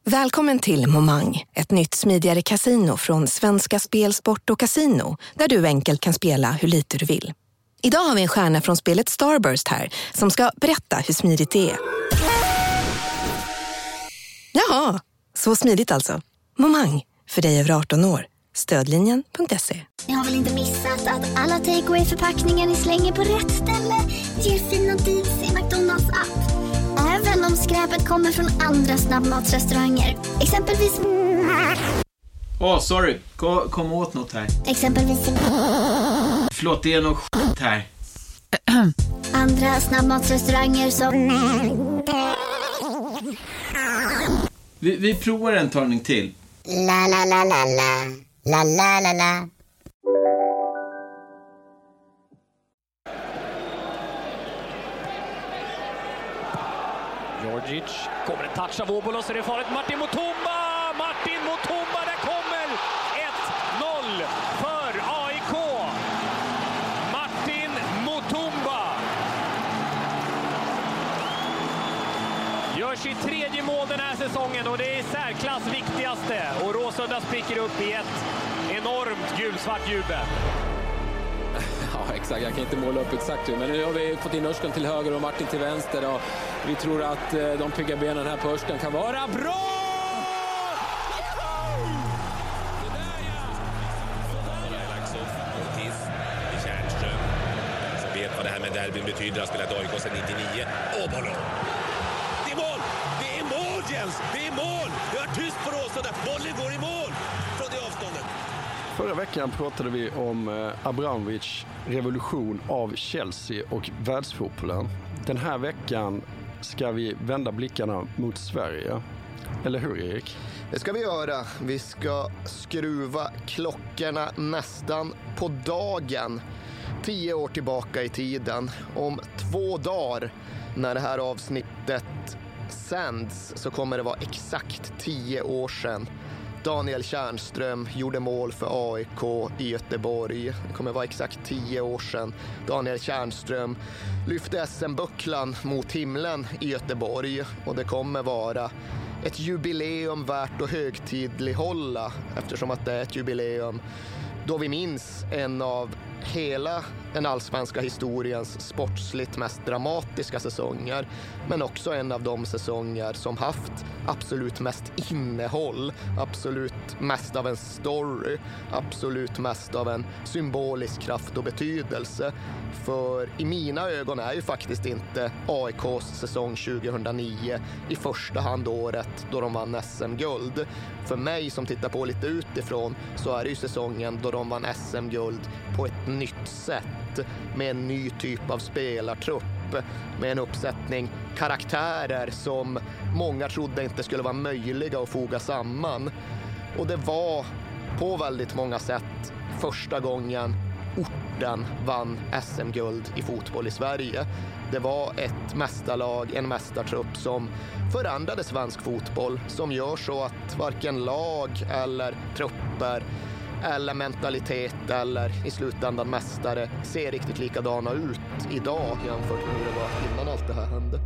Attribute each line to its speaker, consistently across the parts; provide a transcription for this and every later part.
Speaker 1: Välkommen till Momang, ett nytt smidigare casino från Svenska Spel, Sport och Casino, där du enkelt kan spela hur lite du vill. Idag har vi en stjärna från spelet Starburst här som ska berätta hur smidigt det är. Jaha, så smidigt alltså. Momang, för dig över 18 år. Stödlinjen.se.
Speaker 2: Ni har väl inte missat att alla takeaway-förpackningar ni slänger på rätt ställe ger fina deals i McDonalds app. Även om skräpet kommer från andra snabbmatsrestauranger. Exempelvis...
Speaker 3: sorry. Kom åt något här.
Speaker 2: Exempelvis...
Speaker 3: Förlåt, det är något skit här.
Speaker 2: Andra snabbmatsrestauranger som...
Speaker 3: Vi provar en talning till.
Speaker 2: La la la la la. La la la la.
Speaker 4: Georgic kommer en touch av Obolos, så det är farligt. Martin Mutumba, där kommer 1-0 för AIK. Martin Mutumba gör sitt tredje mål den här säsongen och det är särklass viktigaste. Och Råsunda spricker upp i ett enormt gulsvart jubel.
Speaker 5: Ja, exakt. Jag kan inte måla upp exakt hur. Men nu har vi fått in Örskan till höger och Martin till vänster. Och vi tror att de pigga benen här på Örskan kan vara bra!
Speaker 6: Tjärnström som vet vad det här med derbyn betyder. Har spelat AIK sedan 99. Åbolo! Det är mål! Det är mål, Jens! Det är mål! Det var tyst på Råsunda. Bollen går i mål från det avståndet.
Speaker 7: Förra veckan pratade vi om Abramovic revolution av Chelsea och världsfotbollen. Den här veckan ska vi vända blickarna mot Sverige. Eller hur, Erik?
Speaker 8: Det ska vi göra. Vi ska skruva klockorna nästan på dagen. 10 år tillbaka i tiden. Om 2 dagar när det här avsnittet sänds så kommer det vara exakt 10 år sedan Daniel Tjärnström gjorde mål för AIK i Göteborg. Det kommer vara exakt 10 år sedan Daniel Tjärnström lyfte SM-bucklan mot himlen i Göteborg. Och det kommer vara ett jubileum värt att högtidlighålla, eftersom att det är ett jubileum då vi minns en av hela den allsvenska historiens sportsligt mest dramatiska säsonger, men också en av de säsonger som haft absolut mest innehåll, absolut mest av en story, absolut mest av en symbolisk kraft och betydelse. För i mina ögon är ju faktiskt inte AIKs säsong 2009 i första hand året då de vann SM-guld. För mig som tittar på lite utifrån så är det ju säsongen då de vann SM-guld på ett nytt sätt, med en ny typ av spelartrupp, med en uppsättning karaktärer som många trodde inte skulle vara möjliga att foga samman. Och det var på väldigt många sätt första gången orten vann SM-guld i fotboll i Sverige. Det var ett mästarlag, en mästartrupp som förändrade svensk fotboll, som gör så att varken lag eller trupper eller mentalitet eller i slutändan mästare ser riktigt likadana ut idag jämfört med hur det var innan allt det här hände.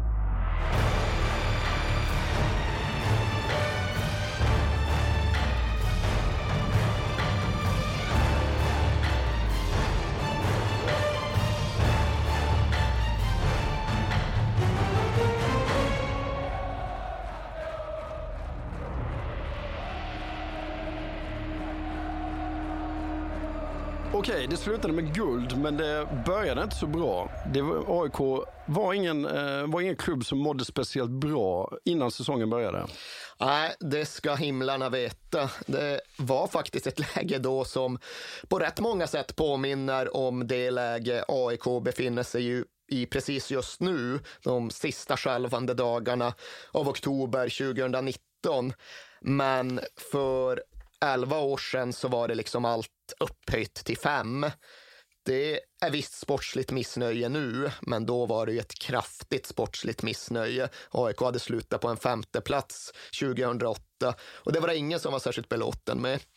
Speaker 7: Okej, det slutade med guld, men det började inte så bra. AIK var ingen klubb som mådde speciellt bra innan säsongen började.
Speaker 8: Nej, det ska himlarna veta. Det var faktiskt ett läge då som på rätt många sätt påminner om det läge AIK befinner sig i precis just nu, de sista skälvande dagarna av oktober 2019. Men för 11 år sedan så var det liksom allt upphöjt till 5. Det är visst sportsligt missnöje nu, men då var det ju ett kraftigt sportsligt missnöje. AIK hade slutat på en 5:e plats 2008 och det var det ingen som var särskilt belåten med.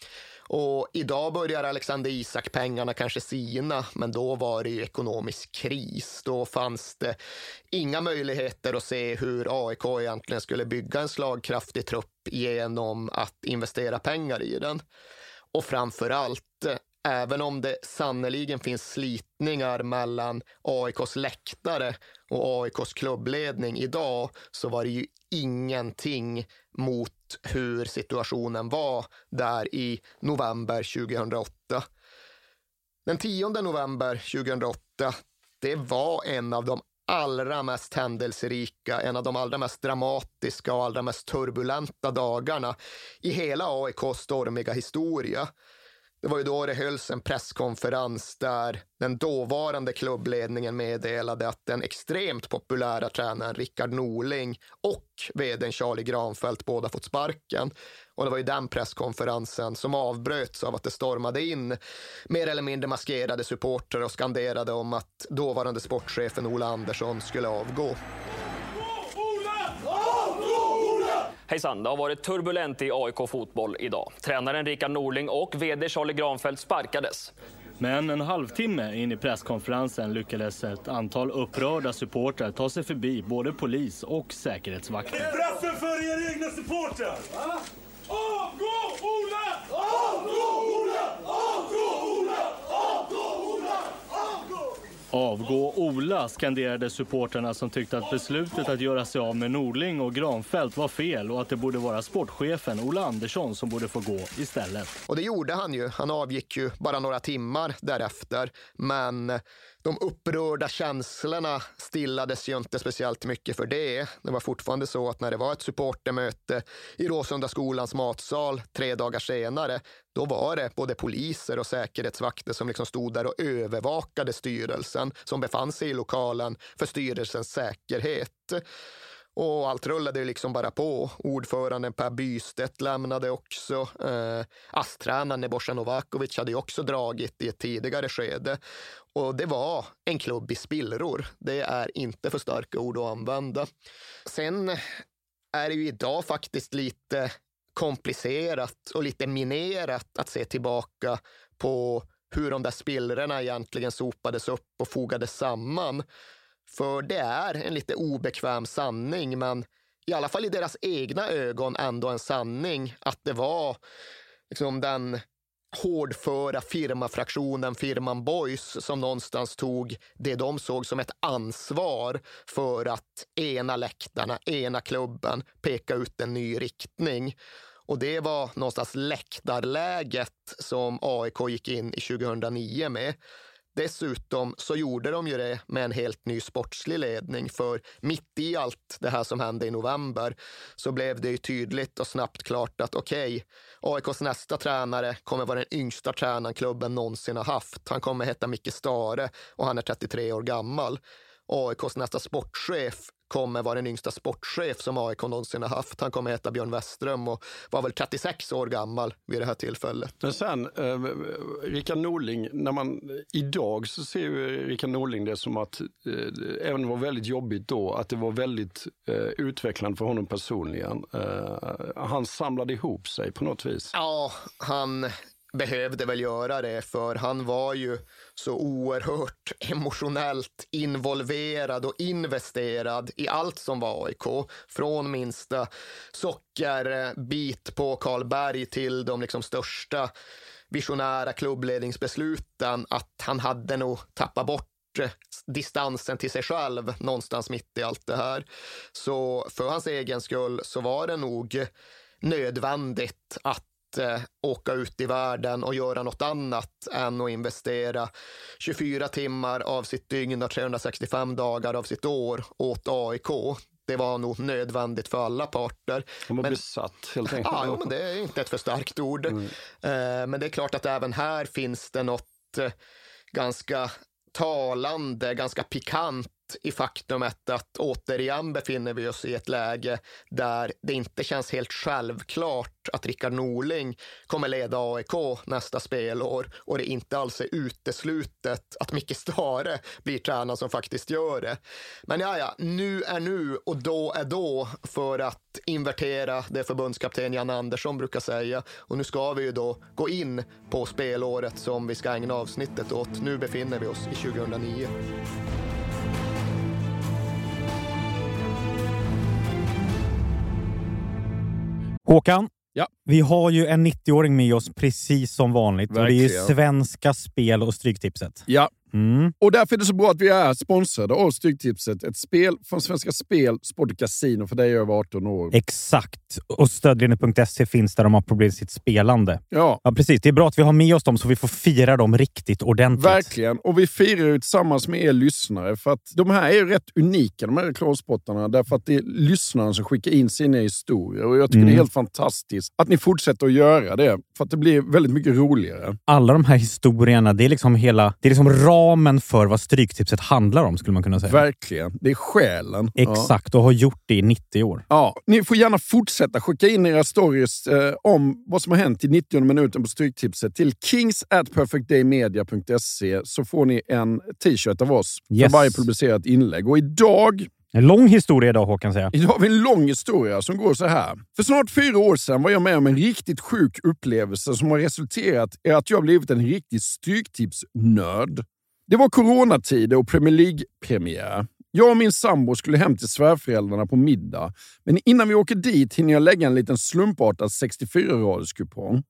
Speaker 8: Och idag börjar Alexander Isak-pengarna kanske sina, men då var det ju ekonomisk kris. Då fanns det inga möjligheter att se hur AIK egentligen skulle bygga en slagkraftig trupp genom att investera pengar i den. Och framförallt, även om det sannoliken finns slitningar mellan AIKs läktare och AIKs klubbledning idag, så var det ju ingenting mot hur situationen var där i november 2008. Den 10 november 2008, det var en av de allra mest händelserika, en av de allra mest dramatiska och allra mest turbulenta dagarna i hela AIKs stormiga historia. Det var ju då det hölls en presskonferens där den dåvarande klubbledningen meddelade att den extremt populära tränaren Rickard Norling och vdn Charlie Granfeldt båda fått sparken. Och det var ju den presskonferensen som avbröts av att det stormade in mer eller mindre maskerade supportrar och skanderade om att dåvarande sportchefen Ola Andersson skulle avgå.
Speaker 9: Hejsan, det har varit turbulent i AIK fotboll idag. Tränaren Rickard Norling och vd Charlie Granfeldt sparkades.
Speaker 10: Men en halvtimme in i presskonferensen lyckades ett antal upprörda supportrar ta sig förbi både polis och säkerhetsvakter.
Speaker 11: Straffen för er egna supportrar! Avgå Ola! Avgå Ola! Avgå Ola! Avgå Ola! Avgå!
Speaker 10: Avgå Ola, skanderade supporterna som tyckte att beslutet att göra sig av med Norling och Granfeldt var fel och att det borde vara sportchefen Ola Andersson som borde få gå istället.
Speaker 8: Och det gjorde han ju. Han avgick ju bara några timmar därefter. Men de upprörda känslorna stillades ju inte speciellt mycket för det. Det var fortfarande så att när det var ett supportermöte i Råsunda skolans matsal 3 dagar senare, då var det både poliser och säkerhetsvakter som liksom stod där och övervakade styrelsen som befann sig i lokalen för styrelsens säkerhet. Och allt rullade liksom bara på. Ordföranden Per Bystedt lämnade också. ASS-tränaren Nebojsa Novakovic hade ju också dragit i ett tidigare skede. Och det var en klubb i spillror. Det är inte för starka ord att använda. Sen är det ju idag faktiskt lite komplicerat och lite minerat att se tillbaka på hur de där spillrorna egentligen sopades upp och fogades samman. För det är en lite obekväm sanning, men i alla fall i deras egna ögon ändå en sanning att det var liksom den hårdföra firmafraktionen, firman Boys, som någonstans tog det de såg som ett ansvar för att ena läktarna, ena klubben peka ut en ny riktning. Och det var någonstans läktarläget som AIK gick in i 2009 med. Dessutom så gjorde de ju det med en helt ny sportslig ledning, för mitt i allt det här som hände i november så blev det ju tydligt och snabbt klart att AIKs nästa tränare kommer vara den yngsta tränaren klubben någonsin har haft. Han kommer heta Micke Stare och han är 33 år gammal. AIKs nästa sportchef kommer vara den yngsta sportchef som AIK någonsin har haft. Han kommer heta Björn Westström och var väl 36 år gammal vid det här tillfället.
Speaker 7: Men sen, Rickard Norling, när man idag så ser ju Rickard Norling det som att även om det var väldigt jobbigt då, att det var väldigt utvecklande för honom personligen. Han samlade ihop sig på något vis.
Speaker 8: Ja, han behövde väl göra det, för han var ju så oerhört emotionellt involverad och investerad i allt som var AIK. Från minsta sockerbit på Karlberg till de liksom största visionära klubbledningsbesluten, att han hade nog tappat bort distansen till sig själv någonstans mitt i allt det här. Så för hans egen skull så var det nog nödvändigt att åka ut i världen och göra något annat än att investera 24 timmar av sitt dygn och 365 dagar av sitt år åt AIK. Det var nog nödvändigt för alla parter.
Speaker 7: De var besatt helt enkelt.
Speaker 8: Ja, men det är inte ett för starkt ord. Men det är klart att även här finns det något ganska talande, ganska pikant i faktumet att återigen befinner vi oss i ett läge där det inte känns helt självklart att Rickard Norling kommer leda AIK nästa spelår och det inte alls är uteslutet att Micke Stare blir tränaren som faktiskt gör det. Men ja, nu är nu och då är då, för att invertera det förbundskapten Jan Andersson brukar säga. Och nu ska vi ju då gå in på spelåret som vi ska ägna avsnittet åt. Nu befinner vi oss i 2009.
Speaker 12: Håkan,
Speaker 7: ja.
Speaker 12: Vi har ju en 90-åring med oss precis som vanligt.
Speaker 7: Verkligen.
Speaker 12: Och det är ju Svenska Spel- och Stryktipset.
Speaker 7: Ja, och därför är det så bra att vi är sponsrade av Stryktipset. Ett spel från Svenska Spel, Sport och Casino för dig över 18 år.
Speaker 12: Exakt. Och stödlinje.se finns där de har problem med sitt spelande.
Speaker 7: Ja,
Speaker 12: precis. Det är bra att vi har med oss dem så vi får fira dem riktigt ordentligt.
Speaker 7: Verkligen. Och vi firar ju tillsammans med er lyssnare. För att de här är ju rätt unika, de här reklamspottarna. Därför att det är lyssnarna som skickar in sina historier. Och jag tycker det är helt fantastiskt att ni fortsätter att göra det. För att det blir väldigt mycket roligare.
Speaker 12: Alla de här historierna, det är liksom ramen för vad Stryktipset handlar om, skulle man kunna säga.
Speaker 7: Verkligen. Det är själen.
Speaker 12: Exakt, och har gjort det i 90 år.
Speaker 7: Ja, ni får gärna fortsätta skicka in era stories om vad som har hänt i 90 minuten på Stryktipset till kings@perfectdaymedia.se, så får ni en t-shirt av oss för varje publicerat inlägg. Och idag...
Speaker 12: En lång historia idag, Håkan säger.
Speaker 7: Idag har vi en lång historia som går så här. För snart 4 år sedan var jag med om en riktigt sjuk upplevelse som har resulterat i att jag blivit en riktig stryktipsnörd. Det var coronatider och Premier League-premiär. Jag och min sambo skulle hem till svärföräldrarna på middag. Men innan vi åker dit hinner jag lägga en liten slumpartad 64-raderskupong.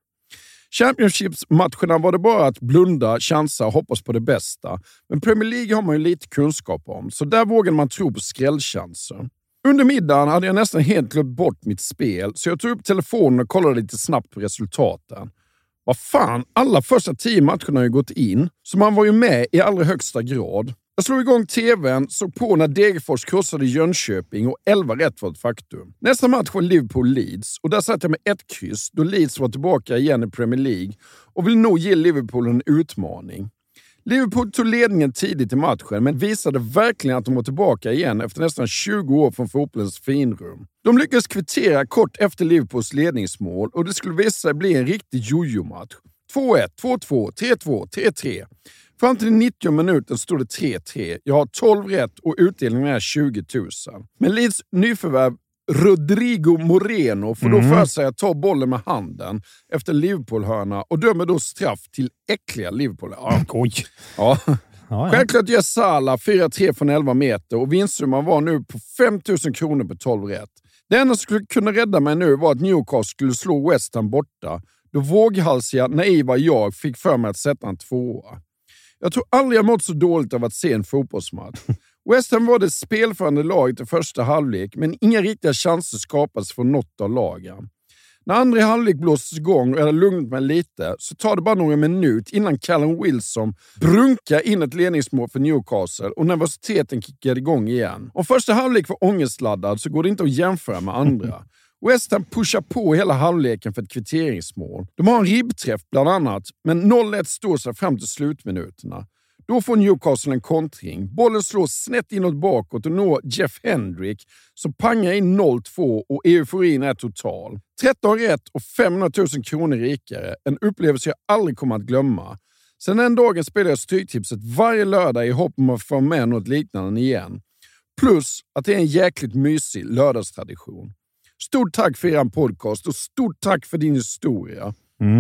Speaker 7: Championships-matcherna var det bara att blunda, chansa och hoppas på det bästa. Men Premier League har man ju lite kunskap om, så där vågar man tro på skrällchanser. Under middagen hade jag nästan helt glömt bort mitt spel, så jag tog upp telefonen och kollade lite snabbt på resultaten. Vad fan, alla första 10 matcherna har ju gått in, så man var ju med i allra högsta grad. Jag slog igång tvn, såg på när Degerfors krossade Jönköping och 11 rätt var ett faktum. Nästa match var Liverpool-Leeds och där satt jag med 1 kryss då Leeds var tillbaka igen i Premier League och vill nog ge Liverpool en utmaning. Liverpool tog ledningen tidigt i matchen men visade verkligen att de var tillbaka igen efter nästan 20 år från fotbollens finrum. De lyckades kvittera kort efter Liverpools ledningsmål och det skulle visa sig bli en riktig jojo-match. 2-1, 2-2, 3-2, 3-3. Fram till 90 minuten stod det 3-3. Jag har 12 rätt och utdelningen är 20 000. Men Leeds nyförvärv Rodrigo Moreno får då för sig att ta bollen med handen efter Liverpool-hörna och dömer då straff till äckliga Liverpool.
Speaker 12: Oj.
Speaker 7: Ja. Självklart gör Salah 4-3 från 11 meter och vinstsumman var nu på 5 000 kronor på 12 rätt. Det enda som skulle kunna rädda mig nu var att Newcastle skulle slå West Ham borta. Då våghalsiga, naiva jag fick för mig att sätta en 2. Jag tror aldrig jag mått så dåligt av att se en fotbollsmatch. West Ham var det spelförande laget i första halvlek, men inga riktiga chanser skapades från något av lagen. När andra halvlek blåstes igång och jag hade lugnat mig lite så tar det bara några minuter innan Callum Wilson brunkar in ett ledningsmål för Newcastle och nervositeten kickade igång igen. Om första halvlek var ångestladdad så går det inte att jämföra med andra. West Ham pushar på hela halvleken för ett kvitteringsmål. De har en ribbträff bland annat, men 0-1 står sig fram till slutminuterna. Då får Newcastle en kontring. Bollen slås snett inåt bakåt och når Jeff Hendrick som pangar in 0-2 och euforin är total. 13 rätt och 500 000 kronor rikare. En upplevelse jag aldrig kommer att glömma. Sen den dagen spelar jag Stryktipset varje lördag i hopp om att få med något liknande igen. Plus att det är en jäkligt mysig lördagstradition. Stort tack för er podcast och stort tack för din historia.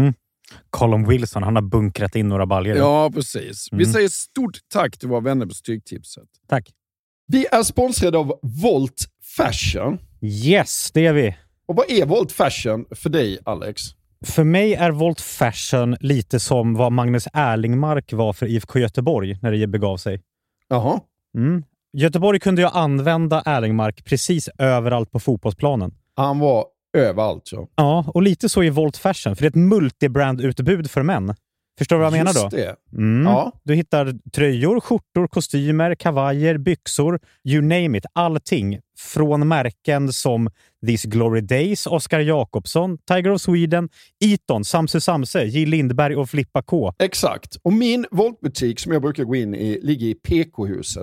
Speaker 12: Callum Wilson, han har bunkrat in några baljor.
Speaker 7: Ja, precis. Vi säger stort tack till våra vänner på Stryktipset.
Speaker 12: Tack.
Speaker 7: Vi är sponsrade av Volt Fashion.
Speaker 12: Yes, det är vi.
Speaker 7: Och vad är Volt Fashion för dig, Alex?
Speaker 12: För mig är Volt Fashion lite som vad Magnus Erlingmark var för IFK Göteborg när det begav sig.
Speaker 7: Jaha.
Speaker 12: Göteborg kunde ju använda Erlingmark precis överallt på fotbollsplanen.
Speaker 7: Han var överallt, ja.
Speaker 12: Ja, och lite så i Volt Fashion. För det är ett multibrand-utbud för män. Förstår du vad jag menar då?
Speaker 7: Just det.
Speaker 12: Ja. Du hittar tröjor, skjortor, kostymer, kavajer, byxor, you name it. Allting. Från märken som These Glory Days, Oscar Jakobsson, Tiger of Sweden, Eton, Samse Samse, J. Lindberg och Flippa K.
Speaker 7: Exakt. Och min Voltbutik som jag brukar gå in i ligger i PK-huset.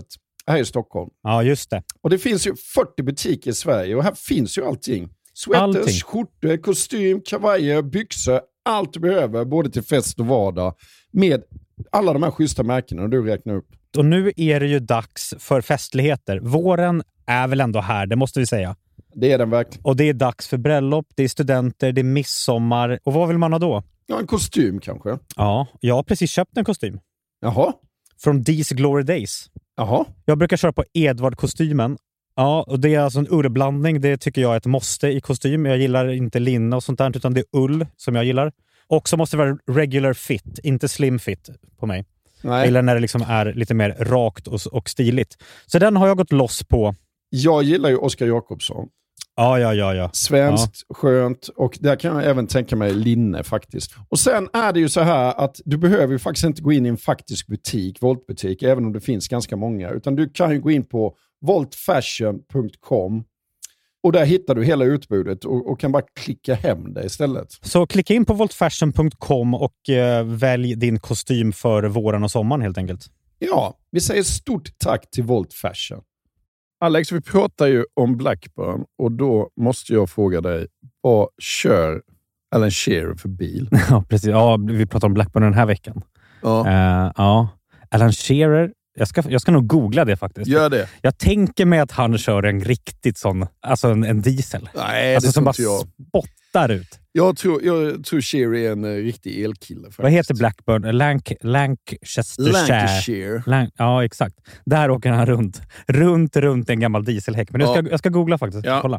Speaker 7: här i Stockholm.
Speaker 12: Ja, just det.
Speaker 7: Och det finns ju 40 butiker i Sverige och här finns ju allting. Sweaters, skjortor, kostym, kavajer, byxor, allt du behöver både till fest och vardag med alla de här schyssta märkena du räknar upp.
Speaker 12: Och nu är det ju dags för festligheter. Våren är väl ändå här, det måste vi säga.
Speaker 7: Det är den verkligen.
Speaker 12: Och det är dags för bröllop, det är studenter, det är midsommar. Och vad vill man ha då?
Speaker 7: Ja, en kostym kanske.
Speaker 12: Ja, jag har precis köpt en kostym.
Speaker 7: Jaha.
Speaker 12: Från These Glory Days.
Speaker 7: Jaha.
Speaker 12: Jag brukar köra på Edvard-kostymen. Ja, och det är alltså en urblandning. Det tycker jag är ett måste i kostym. Jag gillar inte linne och sånt där, utan det är ull som jag gillar. Och så måste det vara regular fit, inte slim fit på mig.
Speaker 7: Nej.
Speaker 12: Eller när det liksom är lite mer rakt och stiligt. Så den har jag gått loss på.
Speaker 7: Jag gillar ju Oskar Jakobsson.
Speaker 12: Ja.
Speaker 7: Svenskt, skönt, och där kan jag även tänka mig linne faktiskt. Och sen är det ju så här att du behöver ju faktiskt inte gå in i en faktisk butik, voltbutik, även om det finns ganska många. Utan du kan ju gå in på voltfashion.com och där hittar du hela utbudet och kan bara klicka hem det istället.
Speaker 12: Så klicka in på voltfashion.com och välj din kostym för våren och sommaren helt enkelt.
Speaker 7: Ja, vi säger stort tack till Volt Fashion. Alex, vi pratar ju om Blackburn och då måste jag fråga dig, vad kör Alan Shearer för bil?
Speaker 12: Ja, precis. Ja, vi pratar om Blackburn den här veckan.
Speaker 7: Ja.
Speaker 12: Ja. Alan Shearer, jag ska nog googla det faktiskt.
Speaker 7: Gör det.
Speaker 12: Jag tänker mig att han kör en riktigt sån, alltså en diesel.
Speaker 7: Nej,
Speaker 12: alltså
Speaker 7: det
Speaker 12: som bara
Speaker 7: tror jag.
Speaker 12: spottar ut.
Speaker 7: Jag tror Shearer är en riktig elkille faktiskt.
Speaker 12: Vad heter Blackburn? Lancashire. Ja, exakt. Där åker han runt en gammal dieselhäck. Men jag ska googla faktiskt.
Speaker 7: Ja.
Speaker 12: Kolla.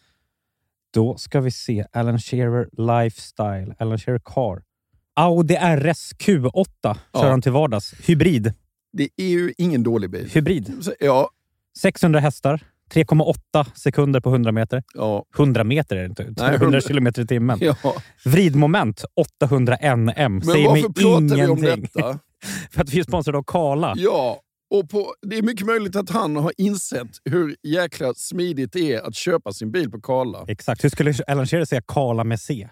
Speaker 12: Då ska vi se. Alan Shearer Lifestyle. Alan Shearer Car. Audi RS Q8 kör han till vardags. Hybrid.
Speaker 7: Det är ju ingen dålig bil.
Speaker 12: Hybrid.
Speaker 7: Ja.
Speaker 12: 600 hästar. 3,8 sekunder på 100 meter.
Speaker 7: Ja.
Speaker 12: 100 meter är det inte. 100 kilometer i timmen.
Speaker 7: Ja.
Speaker 12: Vridmoment 800 Nm.
Speaker 7: Men varför pratar vi om detta?
Speaker 12: För att vi är sponsrade av Kala.
Speaker 7: Ja, och det är mycket möjligt att han har insett hur jäkla smidigt det är att köpa sin bil på Kala.
Speaker 12: Exakt. Hur skulle Alan Shearer säga Kala med C?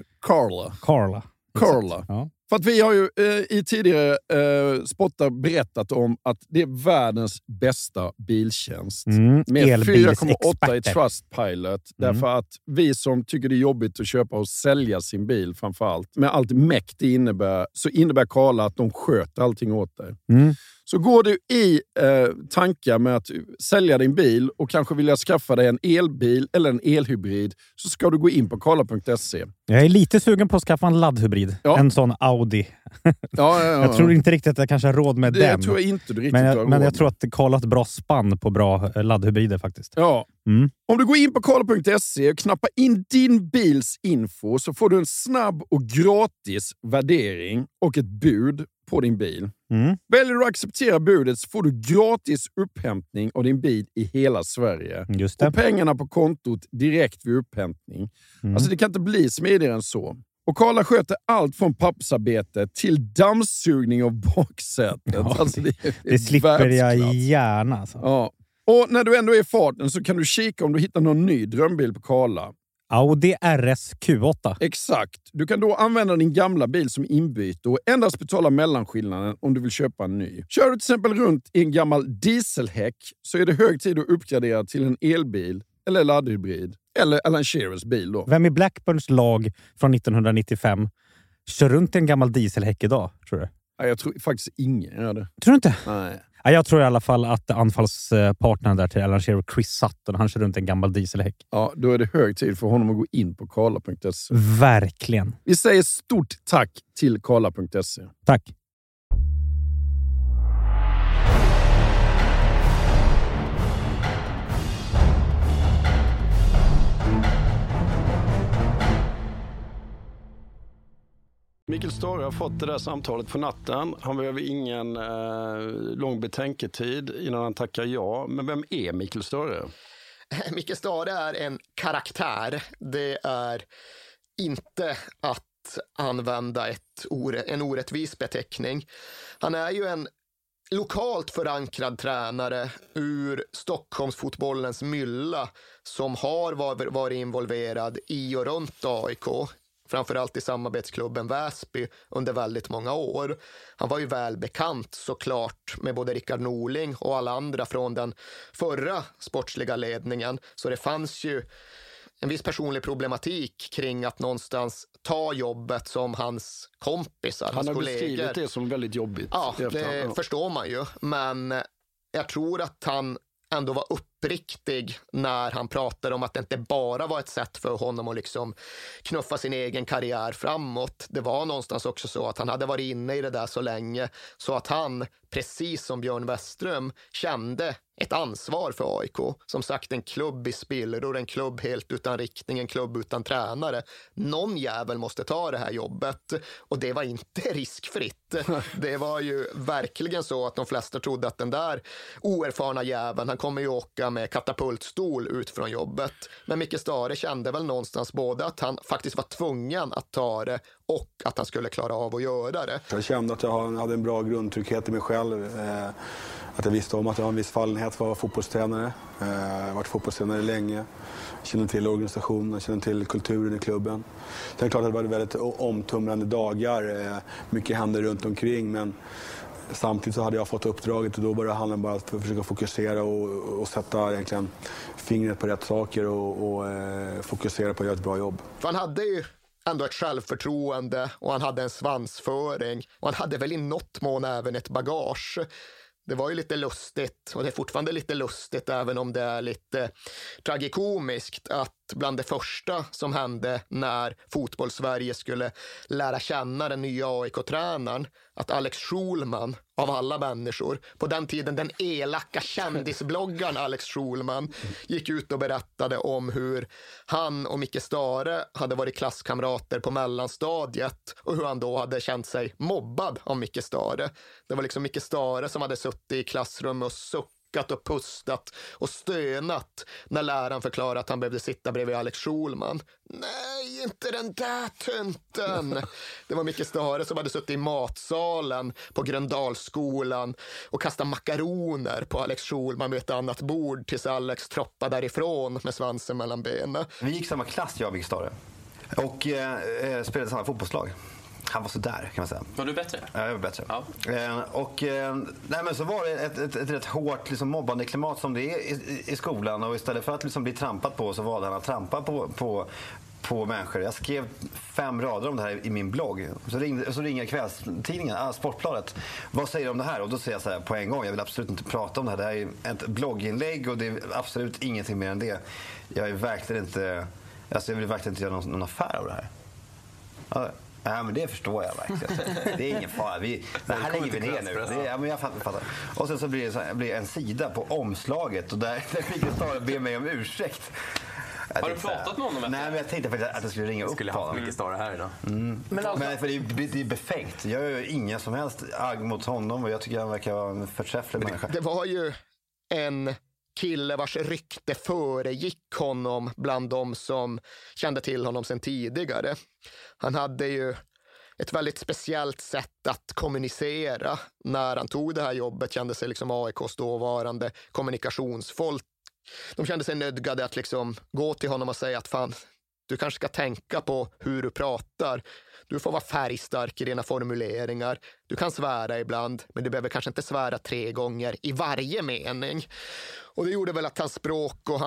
Speaker 12: Karla. Ja.
Speaker 7: För att vi har ju i tidigare spottar berättat om att det är världens bästa biltjänst. Med 4,8 i Trustpilot. Därför att vi som tycker det är jobbigt att köpa och sälja sin bil framförallt, med allt mäkt det innebär, så innebär Kala att de sköter allting åt dig. Så går du i tankar med att sälja din bil och kanske vilja skaffa dig en elbil eller en elhybrid, så ska du gå in på kala.se.
Speaker 12: Jag är lite sugen på att skaffa en laddhybrid. Ja. En sån Audi.
Speaker 7: Ja.
Speaker 12: Jag tror inte riktigt att jag kanske har råd med den.
Speaker 7: Det tror jag inte du riktigt har råd.
Speaker 12: Men jag tror att Kala har ett bra spann på bra laddhybrider faktiskt.
Speaker 7: Ja. Om du går in på kala.se och knappar in din bils info, så får du en snabb och gratis värdering och ett bud på din bil. Väljer du att acceptera budet så får du gratis upphämtning av din bil i hela Sverige.
Speaker 12: Just det.
Speaker 7: Och pengarna på kontot direkt vid upphämtning. Alltså det kan inte bli smidigare än så. Och Kala sköter allt från pappersarbete till dammsugning av baksätet.
Speaker 12: Ja,
Speaker 7: alltså
Speaker 12: det slipper jag gärna. Alltså.
Speaker 7: Ja. Och när du ändå är i farten så kan du kika om du hittar någon ny drömbil på Kala.
Speaker 12: Audi RS Q8.
Speaker 7: Exakt. Du kan då använda din gamla bil som inbyte och endast betala mellanskillnaden om du vill köpa en ny. Kör du till exempel runt i en gammal dieselhäck så är det hög tid att uppgradera till en elbil eller laddhybrid. Eller Alan Shearers bil då.
Speaker 12: Vem i Blackburns lag från 1995 kör runt i en gammal dieselhäck idag, tror du?
Speaker 7: Ja, jag tror faktiskt ingen gör det.
Speaker 12: Tror du inte?
Speaker 7: Nej.
Speaker 12: Ja, jag tror i alla fall att anfallspartnern där till Alan Shearer, Chris Sutton, han kör runt en gammal dieselhäck.
Speaker 7: Ja, då är det hög tid för honom att gå in på kala.se.
Speaker 12: Verkligen.
Speaker 7: Vi säger stort tack till kala.se.
Speaker 12: Tack.
Speaker 7: Mikael Stare har fått det där samtalet på natten. Han behöver ingen lång betänketid innan han tackar ja. Men vem är Mikael Stare?
Speaker 8: Mikael Stare är en karaktär. Det är inte att använda en orättvis beteckning. Han är ju en lokalt förankrad tränare ur Stockholmsfotbollens mylla som har varit involverad i och runt AIK. framförallt i samarbetsklubben Väsby under väldigt många år. Han var ju välbekant såklart med både Rickard Norling och alla andra från den förra sportsliga ledningen. Så det fanns ju en viss personlig problematik kring att någonstans ta jobbet som hans kompisar, hans kollegor. Han har
Speaker 7: beskrivit det som väldigt jobbigt.
Speaker 8: Ja, det förstår man ju. Men jag tror att han ändå var uppriktig när han pratade om att det inte bara var ett sätt för honom att liksom knuffa sin egen karriär framåt. Det var någonstans också så att han hade varit inne i det där så länge så att han, precis som Björn Westström, kände ett ansvar för AIK. Som sagt, en klubb i spillror, en klubb helt utan riktning, en klubb utan tränare. Någon jävel måste ta det här jobbet och det var inte riskfritt. Det var ju verkligen så att de flesta trodde att den där oerfarna jäveln, han kommer ju åka med katapultstol ut från jobbet. Men Micke Stare kände väl någonstans både att han faktiskt var tvungen att ta det och att han skulle klara av att göra det.
Speaker 13: Jag kände att jag hade en bra grundtrygghet i mig själv. Att jag visste om att jag har en viss fallenhet för att vara fotbollstränare. Jag har varit fotbollstränare länge. Jag känner till organisationen, jag känner till kulturen i klubben. Sen är det klart att det var väldigt omtumlande dagar. Mycket hände runt omkring, men samtidigt så hade jag fått uppdraget och då var det handla bara att försöka fokusera och sätta egentligen fingret på rätt saker och fokusera på att göra ett bra jobb.
Speaker 8: För han hade ju ändå ett självförtroende och han hade en svansföring och han hade väl i något mån även ett bagage. Det var ju lite lustigt och det är fortfarande lite lustigt även om det är lite tragikomiskt att bland det första som hände när fotbollssverige skulle lära känna den nya AIK-tränaren att Alex Schulman av alla människor, på den tiden den elaka kändisbloggaren Alex Schulman gick ut och berättade om hur han och Micke Stare hade varit klasskamrater på mellanstadiet och hur han då hade känt sig mobbad av Micke Stare. Det var liksom Micke Stare som hade suttit i klassrummet och suckat och pustat och stönat när läraren förklarade att han behövde sitta bredvid Alex Schulman. Nej, inte den där tönten! Det var Micke Stare som hade suttit i matsalen på Gröndalsskolan och kastat makaroner på Alex Schulman med ett annat bord tills Alex troppade därifrån med svansen mellan benen.
Speaker 14: Vi gick samma klass, jag och Micke Stare. Och spelade samma fotbollslag. Han var så där kan man säga.
Speaker 9: Var du bättre?
Speaker 14: Ja, jag var bättre.
Speaker 9: Ja.
Speaker 14: Nej, men så var det ett rätt hårt liksom, mobbande klimat som det är i skolan. Och istället för att liksom, bli trampad på så valde han att trampa på människor. Jag skrev 5 rader om det här i min blogg. Så ringer kvällstidningen, Sportbladet. Vad säger du om det här? Och då säger jag så här på en gång. Jag vill absolut inte prata om det här. Det här är ett blogginlägg och det är absolut ingenting mer än det. Jag vill verkligen inte göra någon affär av det här. Ja. Ja, men det förstår jag verkligen. Det är ingen fara. Det här lägger vi ner nu. Men jag fattar. Och sen så blir det en sida på omslaget och där Micke Stare ber mig om ursäkt.
Speaker 9: Har du pratat med honom?
Speaker 14: Nej, men jag tänkte faktiskt att jag skulle ringa upp
Speaker 9: skulle ha Micke Stare här idag.
Speaker 14: Men för det är befängt. Jag gör inga som helst agg mot honom och jag tycker han verkar vara en förträfflig människa.
Speaker 8: Det var ju en kille vars rykte föregick honom bland de som kände till honom sedan tidigare. Han hade ju ett väldigt speciellt sätt att kommunicera. När han tog det här jobbet kände sig liksom AIKs dåvarande kommunikationsfolk. De kände sig nödgade att liksom gå till honom och säga att fan, du kanske ska tänka på hur du pratar. Du får vara färgstark i dina formuleringar. Du kan svära ibland, men du behöver kanske inte svära 3 gånger i varje mening. Och det gjorde väl att hans språk och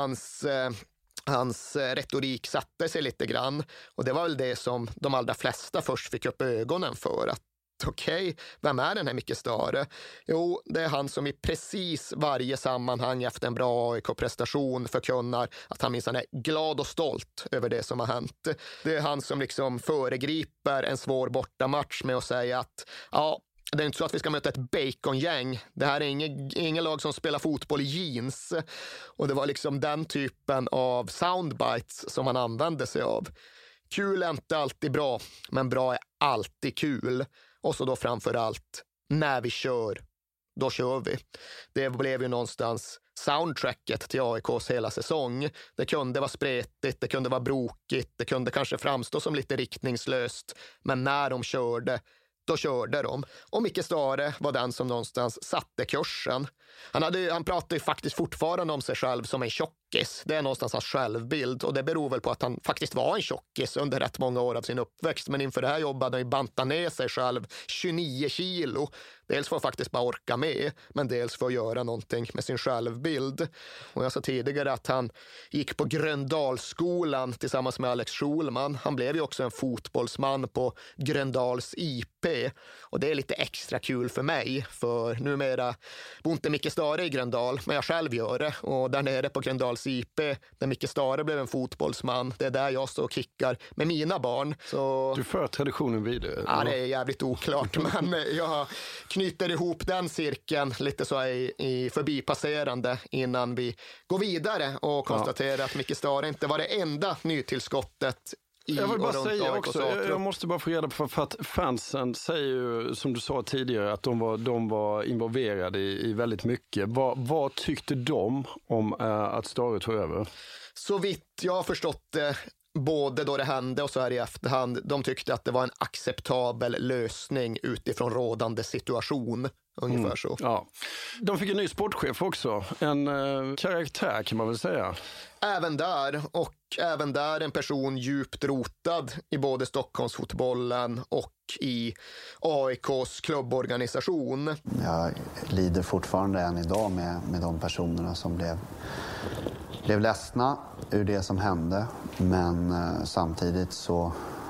Speaker 8: hans retorik satte sig lite grann. Och det var väl det som de allra flesta först fick upp ögonen för. Att okej, vem är den här Micke Stare? Jo, det är han som i precis varje sammanhang efter en bra AIK-prestation förkunnar att han minst är glad och stolt över det som har hänt. Det är han som liksom föregriper en svår bortamatch med att säga att ja, det är inte så att vi ska möta ett bacongäng. Det här är ingen lag som spelar fotboll i jeans. Och det var liksom den typen av soundbites som han använde sig av. Kul är inte alltid bra, men bra är alltid kul. Och så då framför allt, när vi kör, då kör vi. Det blev ju någonstans soundtracket till AIKs hela säsong. Det kunde vara spretigt, det kunde vara brokigt, det kunde kanske framstå som lite riktningslöst. Men när de körde, då körde de. Och Micke Stare var den som någonstans satte kursen. Han pratade ju faktiskt fortfarande om sig själv som en tjock tjockis. Det är någonstans hans självbild och det beror väl på att han faktiskt var en tjockis under rätt många år av sin uppväxt. Men inför det här jobbade han ju banta ner sig själv 29 kilo. Dels för att faktiskt bara orka med, men dels för att göra någonting med sin självbild. Och jag sa tidigare att han gick på Gröndalsskolan tillsammans med Alex Schulman. Han blev ju också en fotbollsman på Gröndals IP. Och det är lite extra kul för mig, för numera bor inte Micke Stare i Gröndal, men jag själv gör det. Och där nere på Gröndals IP, där Micke Stare blev en fotbollsman, det är där jag står och kickar med mina barn. Så...
Speaker 7: Du för traditionen vidare?
Speaker 8: Ja, det är jävligt oklart, men jag knyter ihop den cirkeln lite så i förbipasserande innan vi går vidare och konstaterar att Micke Stare inte var det enda nytillskottet.
Speaker 7: Jag vill bara säga också, jag måste bara få reda på, för att fansen säger ju, som du sa tidigare, att de var involverade i väldigt mycket. Vad tyckte de om att Stare tog över?
Speaker 8: Så vitt jag har förstått det, både då det hände och så här i efterhand, de tyckte att det var en acceptabel lösning utifrån rådande situation. Ungefär så.
Speaker 7: Ja. De fick en ny sportchef också. En karaktär kan man väl säga.
Speaker 8: Även där en person djupt rotad i både Stockholmsfotbollen och i AIKs klubborganisation.
Speaker 15: Jag lider fortfarande än idag med de personerna som blev ledsna ur det som hände. Men samtidigt så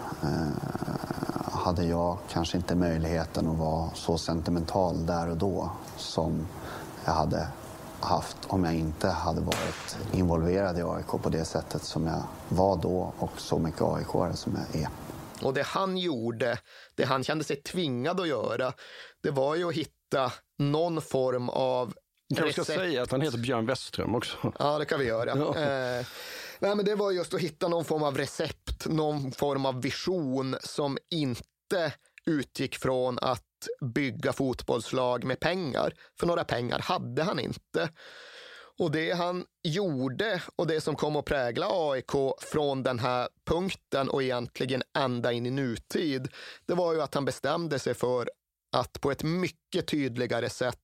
Speaker 15: hade jag kanske inte möjligheten att vara så sentimental där och då som jag hade haft om jag inte hade varit involverad i AIK på det sättet som jag var då och så mycket AIK-are som jag är.
Speaker 8: Och det han gjorde, det han kände sig tvingad att göra, det var ju att hitta någon form av
Speaker 7: jag ska säga att han heter Björn Westström också.
Speaker 8: Ja, det kan vi göra.
Speaker 7: Ja.
Speaker 8: Nej, men det var just att hitta någon form av recept, någon form av vision som inte utgick från att bygga fotbollslag med pengar. För några pengar hade han inte. Och det han gjorde och det som kom att prägla AIK från den här punkten och egentligen ända in i nutid, det var ju att han bestämde sig för att på ett mycket tydligare sätt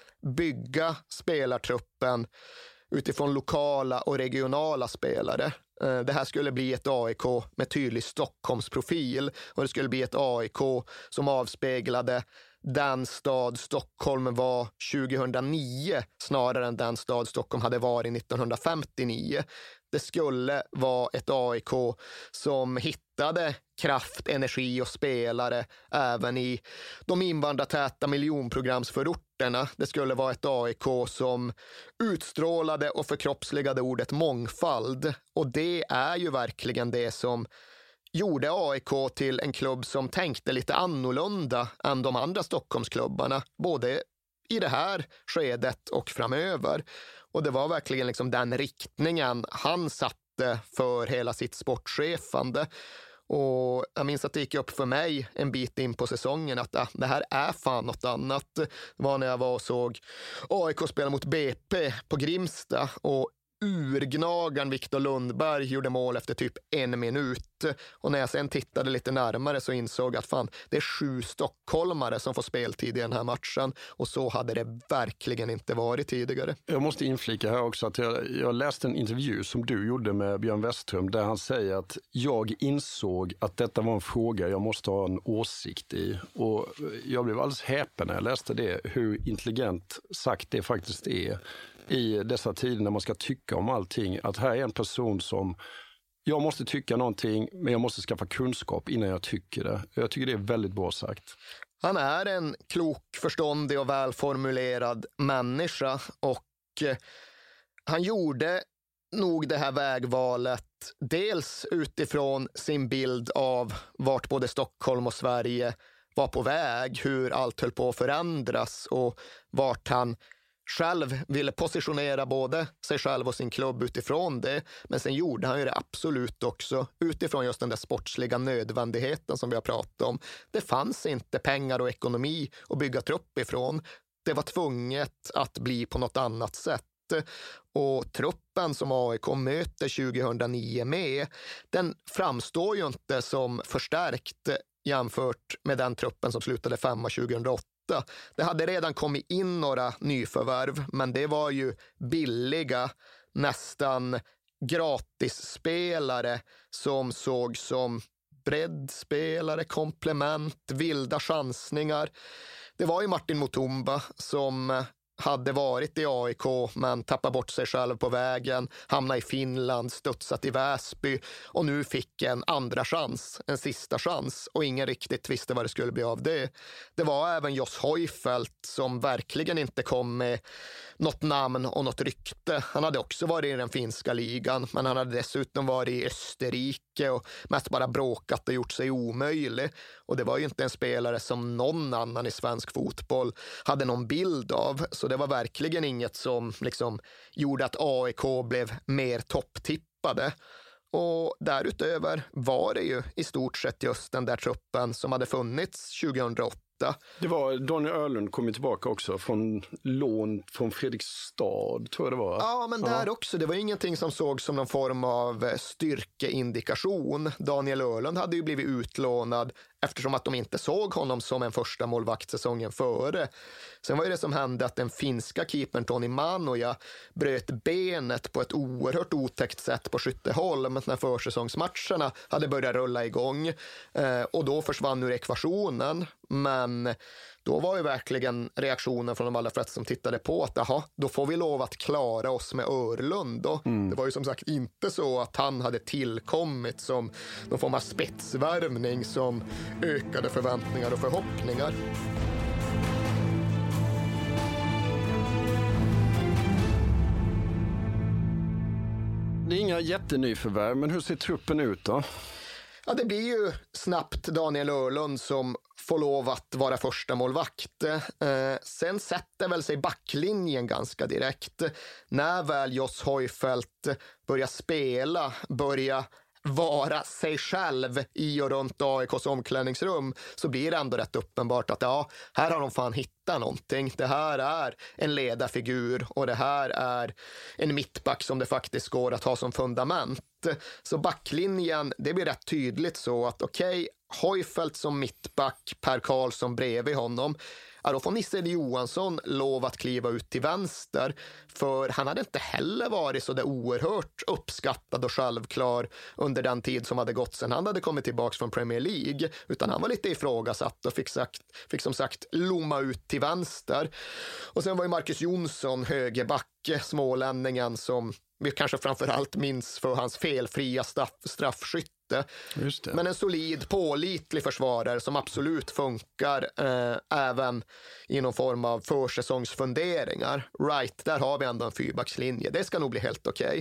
Speaker 8: bygga spelartruppen utifrån lokala och regionala spelare. Det här skulle bli ett AIK med tydlig Stockholmsprofil och det skulle bli ett AIK som avspeglade den stad Stockholm var 2009 snarare än den stad Stockholm hade varit 1959. Det skulle vara ett AIK som hittade kraft, energi och spelare även i de invandrartäta miljonprogramsförorterna. Det skulle vara ett AIK som utstrålade och förkroppsligade ordet mångfald. Och det är ju verkligen det som gjorde AIK till en klubb som tänkte lite annorlunda än de andra Stockholmsklubbarna, både i det här skedet och framöver. Och det var verkligen liksom den riktningen han satte för hela sitt sportchefande. Och jag minns att det gick upp för mig en bit in på säsongen att det här är fan något annat. Det var när jag var och såg AIK spela mot BP på Grimsta och urgnagaren Viktor Lundberg gjorde mål efter typ 1 minut. Och när jag sen tittade lite närmare så insåg jag att fan, det är 7 stockholmare som får speltid i den här matchen. Och så hade det verkligen inte varit tidigare.
Speaker 7: Jag måste inflika här också att jag läste en intervju som du gjorde med Björn Westström där han säger att jag insåg att detta var en fråga jag måste ha en åsikt i. Och jag blev alldeles häpen när jag läste det, hur intelligent sagt det faktiskt är i dessa tider när man ska tycka om allting. Att här är en person som, jag måste tycka någonting men jag måste skaffa kunskap innan jag tycker det. Jag tycker det är väldigt bra sagt.
Speaker 8: Han är en klok, förståndig och välformulerad människa och han gjorde nog det här vägvalet dels utifrån sin bild av vart både Stockholm och Sverige var på väg, hur allt höll på att förändras och vart han själv ville positionera både sig själv och sin klubb utifrån det. Men sen gjorde han ju det absolut också utifrån just den där sportsliga nödvändigheten som vi har pratat om. Det fanns inte pengar och ekonomi att bygga trupp ifrån. Det var tvunget att bli på något annat sätt. Och truppen som AIK möter 2009 med, den framstår ju inte som förstärkt jämfört med den truppen som slutade 5:a 2008. Det hade redan kommit in några nyförvärv, men det var ju billiga nästan gratisspelare som såg som breddspelare, komplement, vilda chansningar. Det var ju Martin Mutumba som hade varit i AIK men tappade bort sig själv på vägen, hamnade i Finland, studsat i Väsby och nu fick en andra chans, en sista chans och ingen riktigt visste vad det skulle bli av det. Det var även Jos Højfeldt som verkligen inte kom med något namn och något rykte. Han hade också varit i den finska ligan men han hade dessutom varit i Österrike och mest bara bråkat och gjort sig omöjlig. Och det var ju inte en spelare som någon annan i svensk fotboll hade någon bild av. Så det var verkligen inget som liksom gjorde att AIK blev mer topptippade. Och därutöver var det ju i stort sett just den där truppen som hade funnits 2008.
Speaker 7: Det var Daniel Öhlund kom ju tillbaka också från lån från Fredrikstad, tror jag det var.
Speaker 8: Ja, men där också. Det var ingenting som såg som någon form av styrkeindikation. Daniel Öhlund hade ju blivit utlånad eftersom att de inte såg honom som en första målvakt säsongen före. Sen var ju det som hände att den finska keepern Toni Manoja bröt benet på ett oerhört otäckt sätt på Skytteholm när försäsongsmatcherna hade börjat rulla igång. Och då försvann ur ekvationen. Men då var ju verkligen reaktionen från de allra flesta som tittade på att då får vi lov att klara oss med Örlund då. Det var ju som sagt inte så att han hade tillkommit som någon form av spetsvärvning som ökade förväntningar och förhoppningar.
Speaker 7: Det är inga jättenyförvärv, men hur ser truppen ut då?
Speaker 8: Ja, det blir ju snabbt Daniel Örlund som får lov att vara första målvakt. Sen sätter väl sig backlinjen ganska direkt. När väl Jos Højfeldt börjar spela, börjar vara sig själv i och runt AIKs omklädningsrum så blir det ändå rätt uppenbart att här har de fan hittat någonting. Det här är en ledarfigur och det här är en mittback som det faktiskt går att ha som fundament. Så backlinjen, det blir rätt tydligt så att Højfeldt som mittback, Per Karlsson bredvid honom. Ja, då får Nisse Johansson lov att kliva ut till vänster för han hade inte heller varit så där oerhört uppskattad och självklar under den tid som hade gått sedan han hade kommit tillbaka från Premier League utan han var lite ifrågasatt och fick som sagt lomma ut till vänster. Och sen var ju Marcus Jonsson högerbacke, smålänningen som vi kanske framförallt minns för hans felfria straffskytt.
Speaker 7: Just det.
Speaker 8: Men en solid, pålitlig försvarare som absolut funkar även i någon form av försäsongsfunderingar. Right, där har vi ändå en fyrbackslinje. Det ska nog bli helt okej.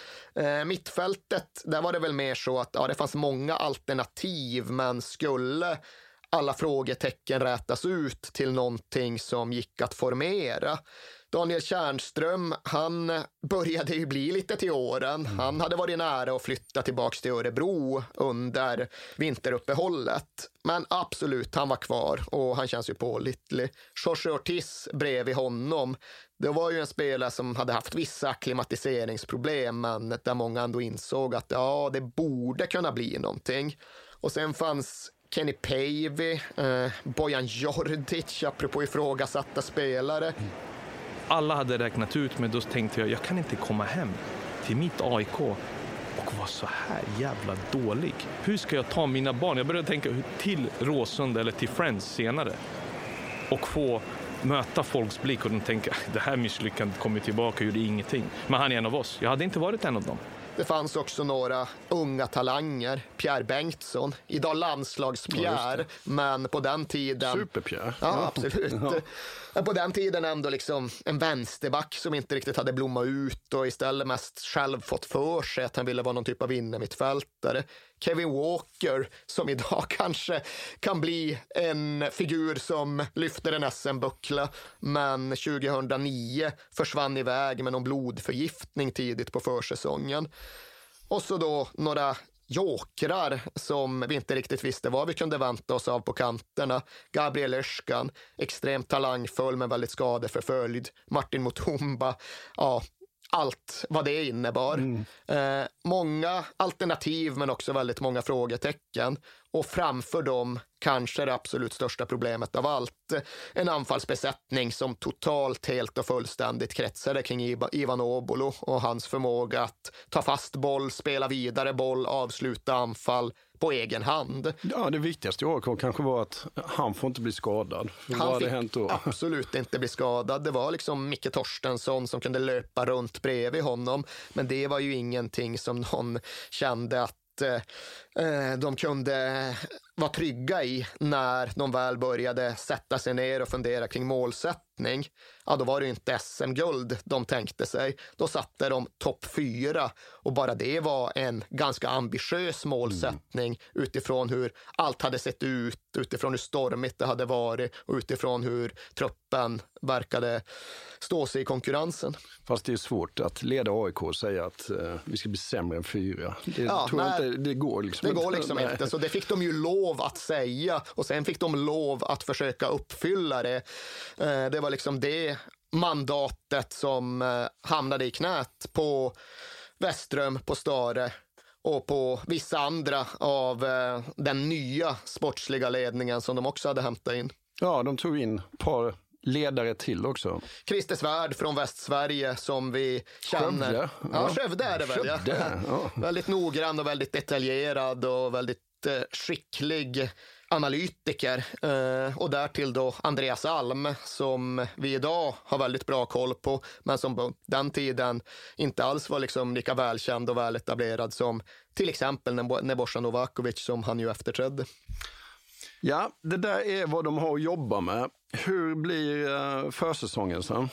Speaker 8: Mittfältet, där var det väl mer så att det fanns många alternativ men skulle alla frågetecken rätas ut till någonting som gick att formera. Daniel Tjärnström, han började ju bli lite till åren. Han hade varit nära att flytta tillbaka till Örebro under vinteruppehållet. Men absolut, han var kvar och han känns ju pålitlig. Jorge Ortiz bredvid honom. Det var ju en spelare som hade haft vissa akklimatiseringsproblem men där många ändå insåg att det borde kunna bli någonting. Och sen fanns Kenny Päivi, Bojan Djordjic, apropå ifrågasatta spelare.
Speaker 16: Alla hade räknat ut, men då tänkte jag kan inte komma hem till mitt AIK och vara så här jävla dålig. Hur ska jag ta mina barn? Jag började tänka till Råsund eller till Friends senare och få möta folks blick och de tänker det här misslyckandet kommer tillbaka och gjorde ingenting. Men han är en av oss. Jag hade inte varit en av dem.
Speaker 8: Det fanns också några unga talanger. Pierre Bengtsson, idag landslags-Pierre, men på den tiden...
Speaker 7: Super-Pierre.
Speaker 8: Ja, absolut. Ja. På den tiden ändå liksom en vänsterback som inte riktigt hade blommat ut och istället mest själv fått för sig att han ville vara någon typ av innermittfältare. Kevin Walker, som idag kanske kan bli en figur som lyfter en SM-buckla, men 2009 försvann iväg med någon blodförgiftning tidigt på försäsongen. Och så då några jokrar som vi inte riktigt visste vad vi kunde vänta oss av på kanterna. Gabriel Özcan, extremt talangfull men väldigt skadeförföljd. Martin Mutumba, allt vad det innebar. Många alternativ men också väldigt många frågetecken. Och framför dem kanske det absolut största problemet av allt. En anfallsbesättning som totalt, helt och fullständigt kretsade kring Ivan Obolo och hans förmåga att ta fast boll, spela vidare boll, avsluta anfall på egen hand.
Speaker 7: Ja, det viktigaste i AIK kanske var att han får inte bli skadad.
Speaker 8: Han fick absolut inte bli skadad. Det var liksom Micke Torstensson som kunde löpa runt bredvid honom. Men det var ju ingenting som någon kände att de kunde vara trygga i när de väl började sätta sig ner och fundera kring målsättning. Ja, då var det ju inte SM-guld de tänkte sig. Då satte de topp 4 och bara det var en ganska ambitiös målsättning utifrån hur allt hade sett ut, utifrån hur stormigt det hade varit och utifrån hur truppen verkade stå sig i konkurrensen.
Speaker 7: Fast det är svårt att leda AIK och säga att vi ska bli sämre än 4. Det går liksom
Speaker 8: inte. Det går liksom inte, så det fick de ju lov att säga och sen fick de lov att försöka uppfylla det. Det var liksom det mandatet som hamnade i knät på Westström, på Stare och på vissa andra av den nya sportsliga ledningen som de också hade hämtat in.
Speaker 7: Ja, de tog in ett par ledare till också.
Speaker 8: Christer Svärd från Västsverige som vi känner.
Speaker 7: Skövde.
Speaker 8: Ja, Skövde är det väl.
Speaker 7: Ja.
Speaker 8: Väldigt noggrann och väldigt detaljerad och väldigt skicklig analytiker. Och därtill då Andreas Alm som vi idag har väldigt bra koll på men som på den tiden inte alls var liksom lika välkänd och väletablerad som till exempel Nebojsa Novakovic som han ju efterträdde.
Speaker 7: Ja, det där är vad de har att jobba med. Hur blir försäsongen sen?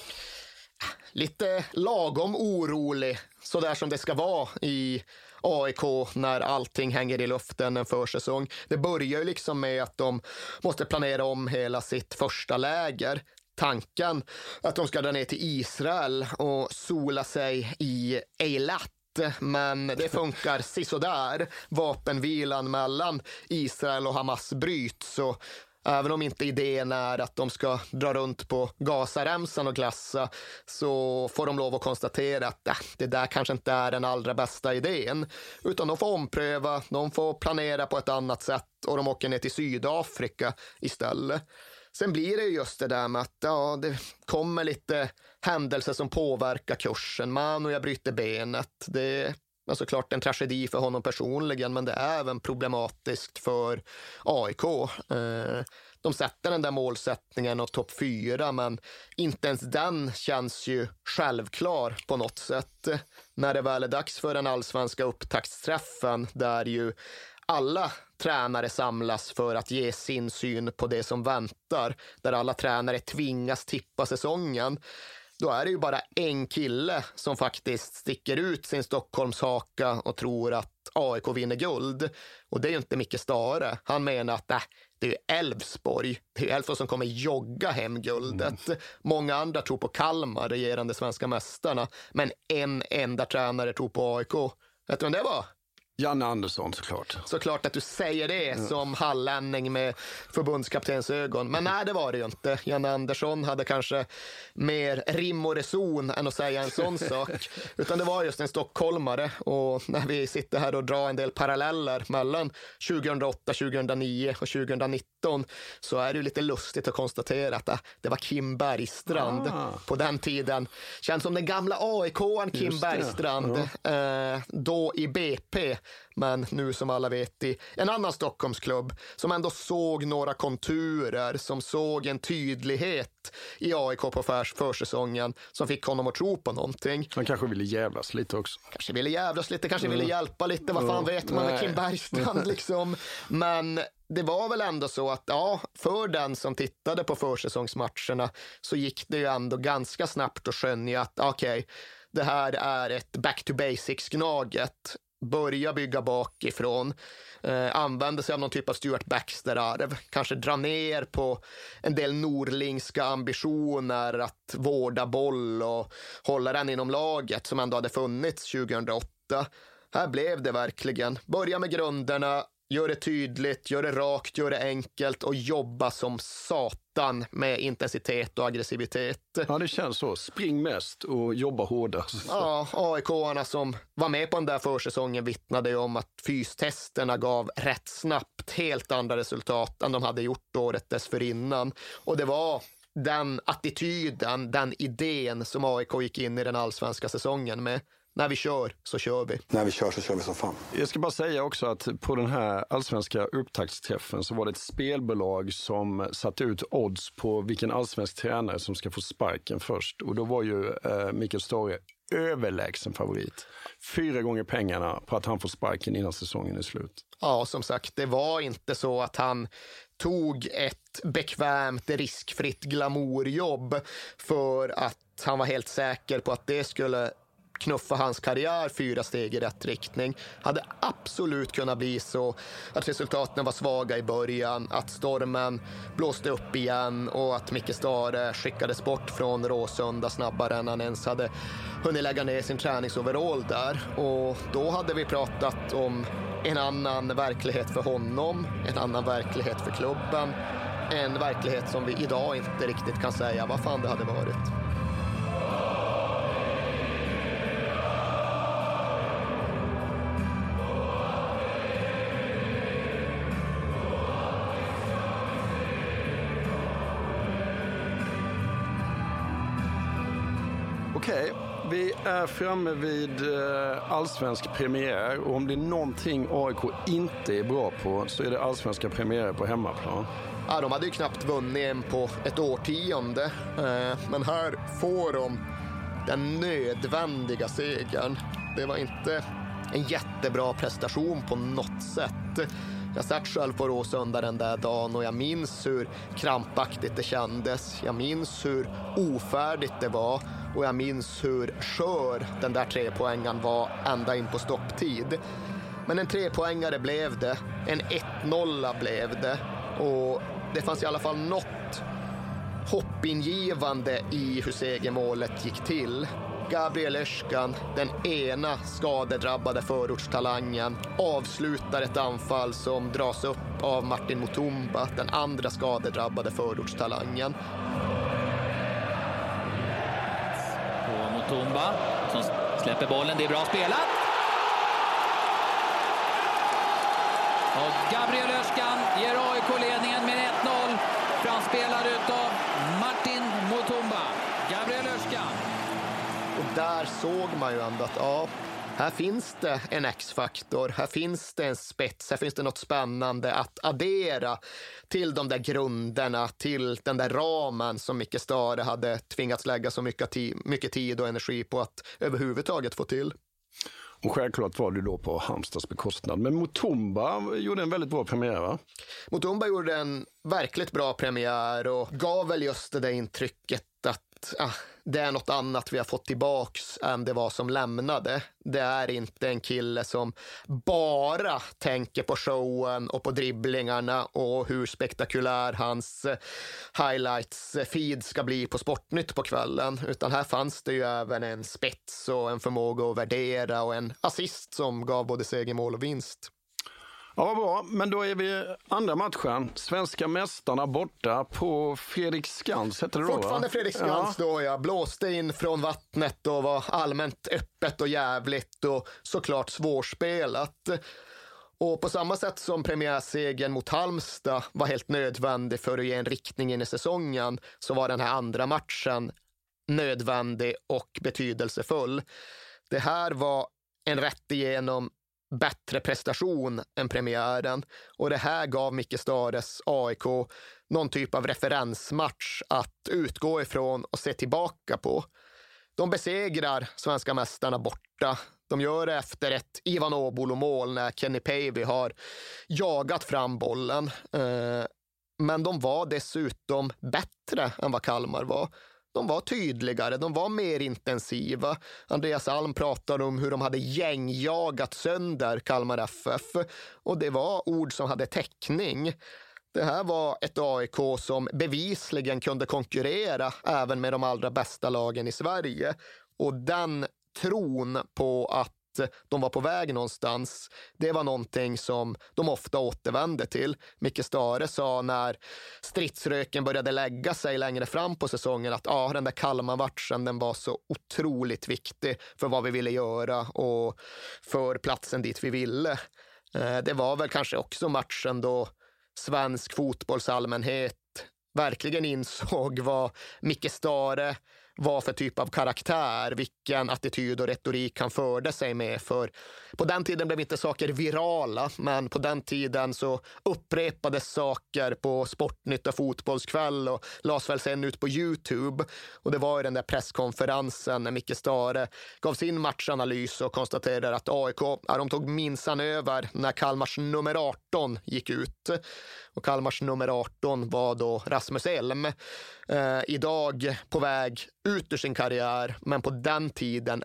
Speaker 8: Lite lagom orolig, så där som det ska vara i AIK när allting hänger i luften en försäsong. Det börjar ju liksom med att de måste planera om hela sitt första läger. Tanken att de ska dra ner till Israel och sola sig i Eilat. Men det funkar sisådär. Vapenvilan mellan Israel och Hamas bryts så även om inte idén är att de ska dra runt på Gazaremsan och glassa så får de lov att konstatera att det där kanske inte är den allra bästa idén. Utan de får ompröva, de får planera på ett annat sätt och de åker ner till Sydafrika istället. Sen blir det just det där med att det kommer lite händelser som påverkar kursen. Jag bryter benet. Det är såklart en tragedi för honom personligen men det är även problematiskt för AIK. De sätter den där målsättningen och topp 4 men inte ens den känns ju självklar på något sätt. När det väl är dags för den allsvenska upptaktsträffen där ju alla tränare samlas för att ge sin syn på det som väntar. Där alla tränare tvingas tippa säsongen. Då är det ju bara en kille som faktiskt sticker ut sin Stockholmshaka och tror att AIK vinner guld. Och det är ju inte Micke Stare. Han menar att det är ju Elfsborg. Det är ju Elfsborg som kommer jogga hem guldet. Många andra tror på Kalmar, regerande svenska mästarna. Men en enda tränare tror på AIK. Vet du vem det var?
Speaker 7: Janne Andersson såklart.
Speaker 8: Såklart att du säger det som hallänning med förbundskaptens ögon. Men nej, det var det ju inte. Janne Andersson hade kanske mer rim och reson än att säga en sån sak. Utan det var just en stockholmare. Och när vi sitter här och drar en del paralleller mellan 2008, 2009 och 2019 så är det ju lite lustigt att konstatera att det var Kim Bergstrand. På den tiden känns som den gamla AIK-an Kim Bergstrand. Då i BP. Men nu som alla vet i en annan Stockholmsklubb som ändå såg några konturer, som såg en tydlighet i AIK på försäsongen som fick honom att tro på någonting.
Speaker 7: Han kanske ville jävlas lite också.
Speaker 8: Kanske ville jävlas lite, kanske ville hjälpa lite, vad fan vet man med Kim Bergstrand liksom. Men det var väl ändå så att för den som tittade på försäsongsmatcherna så gick det ju ändå ganska snabbt att skönja att det här är ett back to basics-gnaget. Börja bygga bakifrån, använda sig av någon typ av Stuart Baxter-arv, kanske dra ner på en del norlingska ambitioner att vårda boll och hålla den inom laget som ändå hade funnits 2008. Här blev det verkligen. Börja med grunderna, gör det tydligt, gör det rakt, gör det enkelt och jobba som satan med intensitet och aggressivitet.
Speaker 7: Ja, det känns så. Spring mest och jobba hårdast.
Speaker 8: Ja, AIK-arna som var med på den där försäsongen vittnade ju om att fystesterna gav rätt snabbt helt andra resultat än de hade gjort året dessförinnan. Och det var den attityden, den idén som AIK gick in i den allsvenska säsongen med. När vi kör så kör vi.
Speaker 13: När vi kör så kör vi som fan.
Speaker 7: Jag ska bara säga också att på den här allsvenska upptaktsträffen så var det ett spelbolag som satte ut odds på vilken allsvensk tränare som ska få sparken först. Och då var ju Mikael Stare överlägsen favorit. 4 gånger pengarna på att han får sparken innan säsongen är slut.
Speaker 8: Ja, som sagt, det var inte så att han tog ett bekvämt, riskfritt glamourjobb för att han var helt säker på att det skulle knuffa hans karriär 4 steg i rätt riktning. Hade absolut kunnat bli så att resultaten var svaga i början, att stormen blåste upp igen och att Micke Stare skickades bort från Råsunda snabbare än han ens hade hunnit lägga ner sin träningsoverall där. Och då hade vi pratat om en annan verklighet för honom, en annan verklighet för klubben, en verklighet som vi idag inte riktigt kan säga vad fan det hade varit.
Speaker 7: Okej, vi är framme vid allsvensk premiär och om det är någonting AIK inte är bra på så är det allsvenska premiärer på hemmaplan.
Speaker 8: Ja, de hade ju knappt vunnit en på ett årtionde, men här får de den nödvändiga segern. Det var inte en jättebra prestation på något sätt. Jag satt själv på Råsunda den där dagen och jag minns hur krampaktigt det kändes. Jag minns hur ofärdigt det var och jag minns hur skör den där 3-poängaren var ända in på stopptid. Men en 3-poängare blev det, en 1-0 blev det och det fanns i alla fall något hoppingivande i hur segermålet gick till. Gabriel Özcan, den ena skadedrabbade förortstalangen, avslutar ett anfall som dras upp av Martin Mutumba, den andra skadedrabbade förortstalangen.
Speaker 17: På Mutumba som släpper bollen, det är bra spelat. Och Gabriel Özcan ger AIK-ledningen med 1-0, framspelad utav Martin Mutumba. Gabriel Özcan.
Speaker 8: Och där såg man ju ändå att ja, här finns det en X-faktor, här finns det en spets, här finns det något spännande att addera till de där grunderna, till den där ramen som Micke Stare hade tvingats lägga så mycket tid och energi på att överhuvudtaget få till.
Speaker 7: Och självklart var det då på Halmstads bekostnad. Men Mutumba gjorde en väldigt bra premiär, va?
Speaker 8: Mutumba gjorde en verkligt bra premiär och gav väl just det där intrycket att det är något annat vi har fått tillbaks än det var som lämnade. Det är inte en kille som bara tänker på showen och på dribblingarna och hur spektakulär hans highlights-feed ska bli på Sportnytt på kvällen. Utan här fanns det ju även en spets och en förmåga att värdera och en assist som gav både segermål och vinst.
Speaker 7: Ja, vad bra. Men då är vi andra matchen. Svenska mästarna borta på Fredriksskans, heter det då?
Speaker 8: Fortfarande Fredriksskans då, jag blåste in från vattnet och var allmänt öppet och jävligt och såklart svårspelat. Och på samma sätt som premiärsegern mot Halmstad var helt nödvändig för att ge en riktning in i säsongen så var den här andra matchen nödvändig och betydelsefull. Det här var en rätt igenom bättre prestation än premiären och det här gav Micke Stares AIK någon typ av referensmatch att utgå ifrån och se tillbaka på. De besegrar svenska mästarna borta. De gör det efter ett Ivan Åbolo-mål när Kenny Päivi har jagat fram bollen. Men de var dessutom bättre än vad Kalmar var. De var tydligare, de var mer intensiva. Andreas Alm pratade om hur de hade gängjagat sönder Kalmar FF. Och det var ord som hade täckning. Det här var ett AIK som bevisligen kunde konkurrera även med de allra bästa lagen i Sverige. Och den tron på att de var på väg någonstans. Det var någonting som de ofta återvände till. Micke Stare sa när stridsröken började lägga sig längre fram på säsongen att den där Kalmar-matchen, den var så otroligt viktig för vad vi ville göra och för platsen dit vi ville. Det var väl kanske också matchen då svensk fotbollsallmänhet verkligen insåg vad Micke Stare var för typ av karaktär, vilken attityd och retorik han förde sig med. För på den tiden blev inte saker virala, men på den tiden så upprepades saker på Sportnytt och Fotbollskväll och lades väl sen ut på YouTube. Och det var ju den där presskonferensen när Micke Stare gav sin matchanalys och konstaterade att AIK, de tog minsann över när Kalmars nummer 18 gick ut. Och Kalmars nummer 18 var då Rasmus Elm. Idag på väg ut ur sin karriär, men på den tiden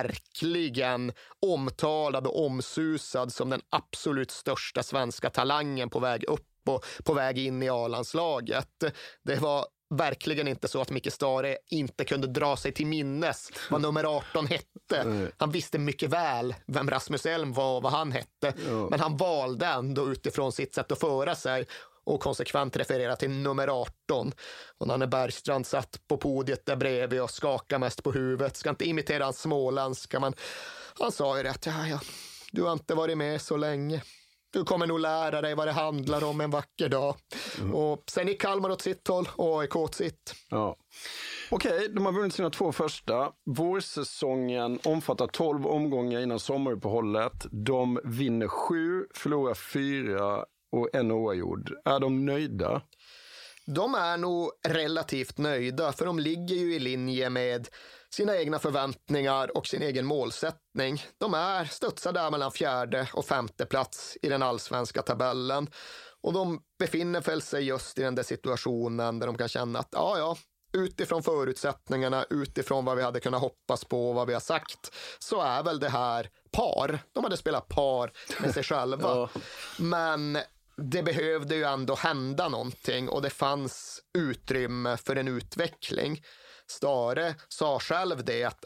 Speaker 8: verkligen omtalad och omsusad som den absolut största svenska talangen på väg upp och på väg in i A-landslaget. Det var verkligen inte så att Micke Stare inte kunde dra sig till minnes vad nummer 18 hette. Han visste mycket väl vem Rasmus Elm var och vad han hette. Men han valde ändå utifrån sitt sätt att föra sig och konsekvent referera till nummer 18. Och när Bergstrand satt på podiet där bredvid och skakade mest på huvudet, ska inte imitera hans småländska, men han sa ju rätt, du har inte varit med så länge. Du kommer nog lära dig vad det handlar om en vacker dag. Och sen gick Kalmar åt sitt håll och AIK åt sitt.
Speaker 7: Ja. Okej, de har vunnit sina 2 första. Vårsäsongen omfattar 12 omgångar innan sommaruppehållet. De vinner 7, förlorar 4 och en oavgjord. Är de nöjda?
Speaker 8: De är nog relativt nöjda, för de ligger ju i linje med sina egna förväntningar och sin egen målsättning. De är studsade där mellan 4:e och 5:e plats i den allsvenska tabellen. Och de befinner sig just i den där situationen där de kan känna att utifrån förutsättningarna, utifrån vad vi hade kunnat hoppas på, vad vi har sagt, så är väl det här par. De hade spelat par med sig själva. Men det behövde ju ändå hända någonting och det fanns utrymme för en utveckling. Stare sa själv det att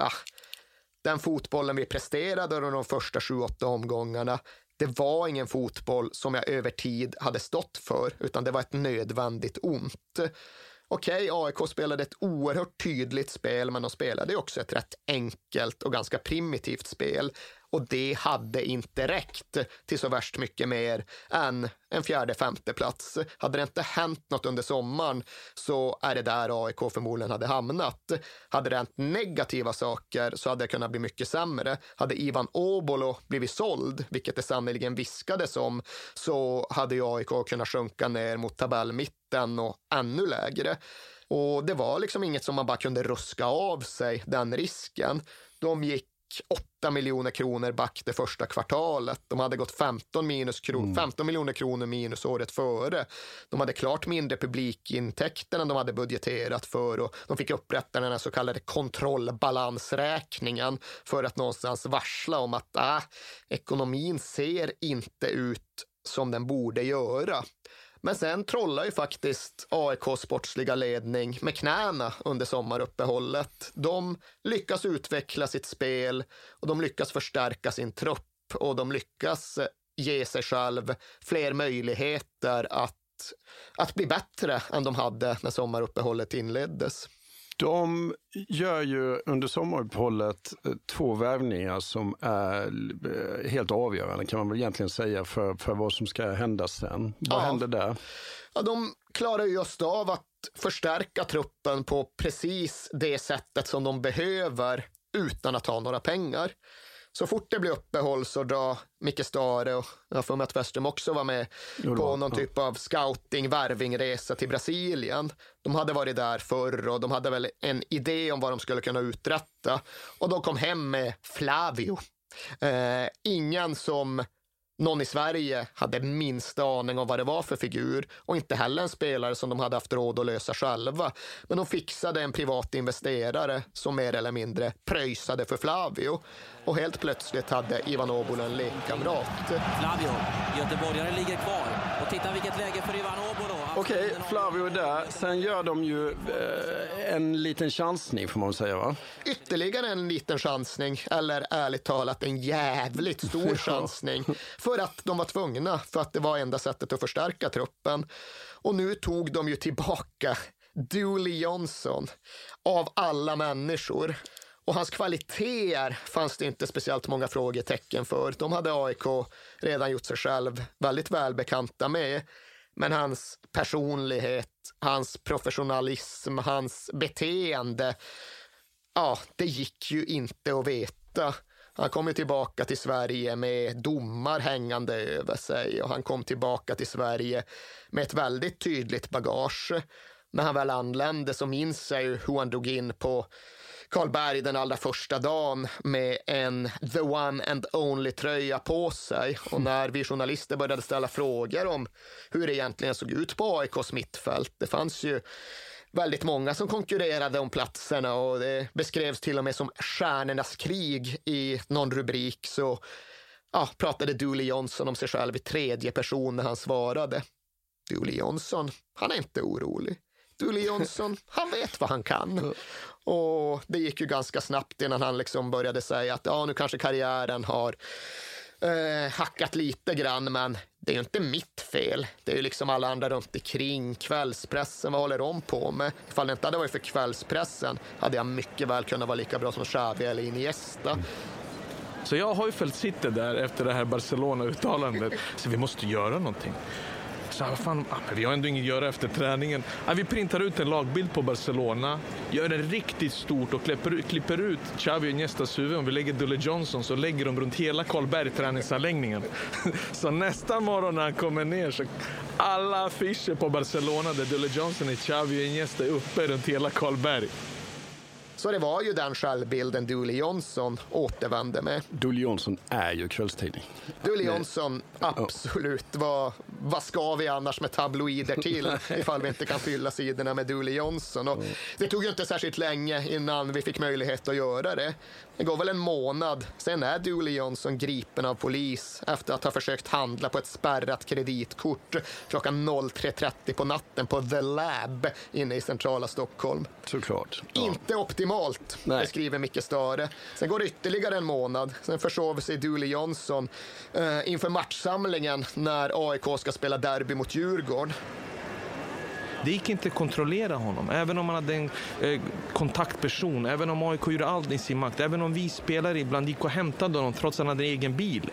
Speaker 8: den fotbollen vi presterade under de första 7-8 omgångarna, det var ingen fotboll som jag över tid hade stått för, utan det var ett nödvändigt ont. Okej, AIK spelade ett oerhört tydligt spel, men de spelade också ett rätt enkelt och ganska primitivt spel. Och det hade inte räckt till så värst mycket mer än en 4:e-5:e plats. Hade det inte hänt något under sommaren så är det där AIK förmodligen hade hamnat. Hade det hänt negativa saker så hade det kunnat bli mycket sämre. Hade Ivan Obolo blivit såld, vilket det sannoliken viskades om, så hade ju AIK kunnat sjunka ner mot tabellmitten och ännu lägre. Och det var liksom inget som man bara kunde ruska av sig, den risken. De gick 8 miljoner kronor back det första kvartalet. De hade gått 15 miljoner kronor minus året före. De hade klart mindre publikintäkter än de hade budgeterat för och de fick upprätta den här så kallade kontrollbalansräkningen för att någonstans varsla om att ekonomin ser inte ut som den borde göra. Men sen trollar ju faktiskt AIKs sportsliga ledning med knäna under sommaruppehållet. De lyckas utveckla sitt spel och de lyckas förstärka sin trupp och de lyckas ge sig själv fler möjligheter att bli bättre än de hade när sommaruppehållet inleddes.
Speaker 7: De gör ju under sommaruppehållet 2 värvningar som är helt avgörande, kan man väl egentligen säga, för vad som ska hända sen. Vad händer där?
Speaker 8: Ja, de klarar just av att förstärka truppen på precis det sättet som de behöver utan att ha några pengar. Så fort det blir uppehåll så drar Micke Stare och jag får med att Westrum också var med på någon typ av scouting-värvingresa till Brasilien. De hade varit där förr och de hade väl en idé om vad de skulle kunna uträtta. Och de kom hem med Flavio. Ingen som någon i Sverige hade minsta aning om vad det var för figur och inte heller en spelare som de hade haft råd att lösa själva. Men de fixade en privat investerare som mer eller mindre pröjsade för Flavio och helt plötsligt hade Ivan Obolo en lekkamrat.
Speaker 18: Flavio, göteborgare ligger kvar
Speaker 17: Och titta vilket läge för Ivan Obolo.
Speaker 7: Okej, Flavio där. Sen gör de ju en liten chansning får man säga, va?
Speaker 8: Ytterligare en liten chansning, eller ärligt talat en jävligt stor chansning. För att de var tvungna, för att det var enda sättet att förstärka truppen. Och nu tog de ju tillbaka Dooley Johnson av alla människor. Och hans kvaliteter fanns det inte speciellt många frågetecken för. De hade AIK redan gjort sig själv väldigt välbekanta med. Men hans personlighet, hans professionalism, hans beteende, ja, det gick ju inte att veta. Han kom ju tillbaka till Sverige med domar hängande över sig och han kom tillbaka till Sverige med ett väldigt tydligt bagage. När han väl anlände så minns jag ju hur han drog in på Karlberg den allra första dagen med en The One and Only-tröja på sig. Och när vi journalister började ställa frågor om hur det egentligen såg ut på AIKs mittfält, det fanns ju väldigt många som konkurrerade om platserna och det beskrevs till och med som stjärnornas krig i någon rubrik, så pratade Dooley Johnson om sig själv i tredje person när han svarade. Dooley Johnson, han är inte orolig. Dooley Johnson, han vet vad han kan. Och det gick ju ganska snabbt innan han liksom började säga att nu kanske karriären har hackat lite grann, men det är ju inte mitt fel. Det är ju liksom alla andra runt omkring, kvällspressen, vad håller de på med? Ifall det inte hade varit för kvällspressen hade jag mycket väl kunnat vara lika bra som Xavi eller Iniesta.
Speaker 16: Så jag har ju följt sitta där efter det här Barcelona-uttalandet, så vi måste göra någonting. Så vad fan, vi har ändå inget att göra efter träningen. Vi printar ut en lagbild på Barcelona, gör det riktigt stort och klipper ut Xavi och Iniestas huvud. Om vi lägger Dooley Johnson så lägger de runt hela Karlberg träningsanläggningen. Så nästa morgon när han kommer ner så alla affischer på Barcelona där Dooley Johnson och Xavi och Iniesta är uppe runt hela Karlberg.
Speaker 8: Så det var ju den självbilden Dooley Johnson återvände med.
Speaker 7: Dooley Johnson är ju kvällstidning.
Speaker 8: Dooley Johnson, absolut. Vad ska vi annars med tabloider till ifall vi inte kan fylla sidorna med Dooley Johnson? Och det tog ju inte särskilt länge innan vi fick möjlighet att göra det. Det går väl en månad. Sen är Dooley Johnson gripen av polis efter att ha försökt handla på ett spärrat kreditkort klockan 03.30 på natten på The Lab inne i centrala Stockholm.
Speaker 7: Såklart.
Speaker 8: Inte optimalt, det skriver Micke Stare. Sen går det ytterligare en månad. Sen försov sig Dooley Johnson inför matchsamlingen när AIK ska spela derby mot Djurgården.
Speaker 16: Det gick inte att kontrollera honom, även om man hade en kontaktperson, även om AIK gjorde allt i sin makt, även om vi spelare ibland gick och hämtade honom trots att han hade en egen bil.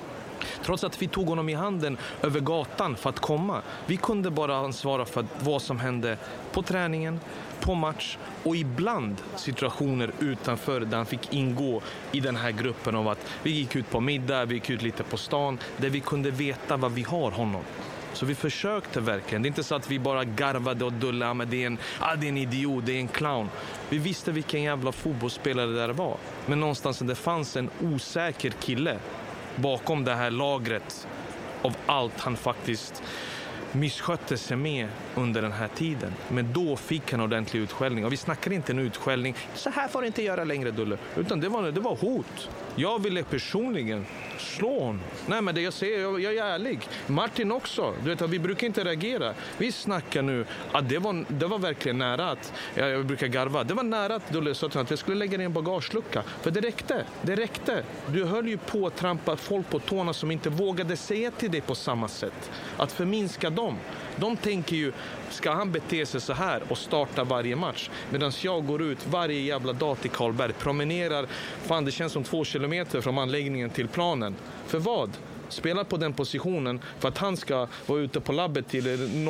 Speaker 16: Trots att vi tog honom i handen över gatan för att komma. Vi kunde bara ansvara för vad som hände på träningen, på match och ibland situationer utanför där han fick ingå i den här gruppen av att vi gick ut på middag, vi gick ut lite på stan där vi kunde veta vad vi har honom. Så vi försökte verkligen. Det är inte så att vi bara garvade och dullade, men det är en idiot, det är en clown. Vi visste vilken jävla fotbollsspelare det där var. Men någonstans det fanns en osäker kille bakom det här lagret av allt han faktiskt misskötte sig med under den här tiden. Men då fick han ordentlig utskällning. Och vi snackar inte en utskällning, så här får du inte göra längre, Dulle. Utan det var hot. Jag ville personligen slå honom. Nej, men det jag säger, jag är ärlig. Martin också. Du vet att vi brukar inte reagera. Vi snackar nu att det var verkligen nära att, jag brukar garva, det var nära att Dulle sa att jag skulle lägga ner en bagagelucka. För det räckte. Du höll ju på att trampa folk på tårna som inte vågade säga till dig på samma sätt. Att förminska dem. De tänker ju, ska han bete sig så här och starta varje match? Medan jag går ut varje jävla dag till Karlberg, promenerar, fan det känns som 2 kilometer från anläggningen till planen. För vad? Spela på den positionen för att han ska vara ute på labbet till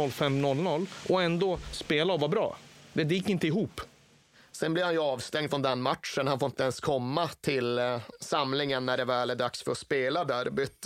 Speaker 16: 05.00 och ändå spela och vara bra. Det gick inte ihop.
Speaker 8: Sen blir han ju avstängd från den matchen. Han får inte ens komma till samlingen när det väl är dags för att spela derbyt.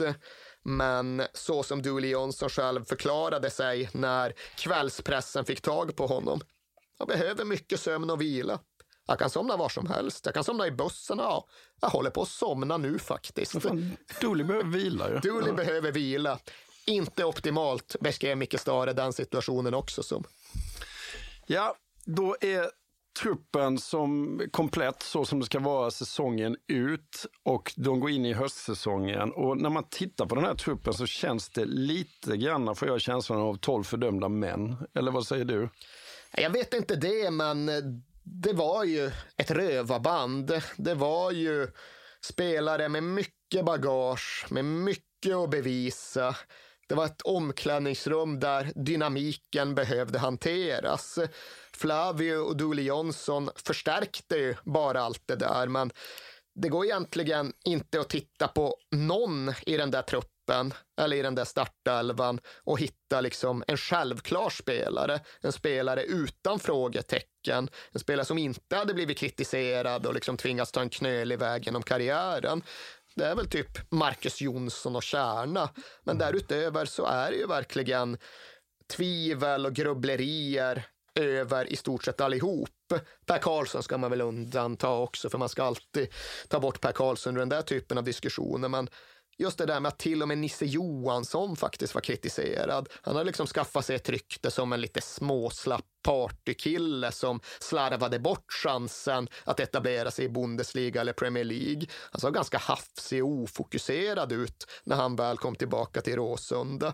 Speaker 8: Men så som Dooley Johnson själv förklarade sig när kvällspressen fick tag på honom. Jag behöver mycket sömn och vila. Jag kan somna var som helst. Jag kan somna i bussen. Ja, jag håller på att somna nu faktiskt.
Speaker 7: Dooley behöver vila. Ja.
Speaker 8: Dooley behöver vila. Inte optimalt, beskrev Micke Stare den situationen också som.
Speaker 7: Ja, då är truppen som komplett så som det ska vara säsongen ut och de går in i höstsäsongen. Och när man tittar på den här truppen så känns det lite grann, får jag känslan av 12 fördömda män. Eller vad säger du?
Speaker 8: Jag vet inte det, men det var ju ett rövarband. Det var ju spelare med mycket bagage, med mycket att bevisa. Det var ett omklädningsrum där dynamiken behövde hanteras. Flavio och Dooley Johnson förstärkte ju bara allt det där, men det går egentligen inte att titta på någon i den där truppen eller i den där startelvan och hitta liksom en självklar spelare, en spelare utan frågetecken, en spelare som inte hade blivit kritiserad och liksom tvingats ta en knölig väg genom karriären. Det är väl typ Marcus Jonsson och Kärna, men därutöver så är det ju verkligen tvivel och grubblerier över i stort sett allihop. Per Karlsson ska man väl undanta också, för man ska alltid ta bort Per Karlsson ur den där typen av diskussioner, men just det där med att till och med Nisse Johansson faktiskt var kritiserad. Han har liksom skaffat sig ett rykte som en lite småslapp partykille som slarvade bort chansen att etablera sig i Bundesliga eller Premier League. Han såg ganska hafsig och ofokuserad ut när han väl kom tillbaka till Råsunda.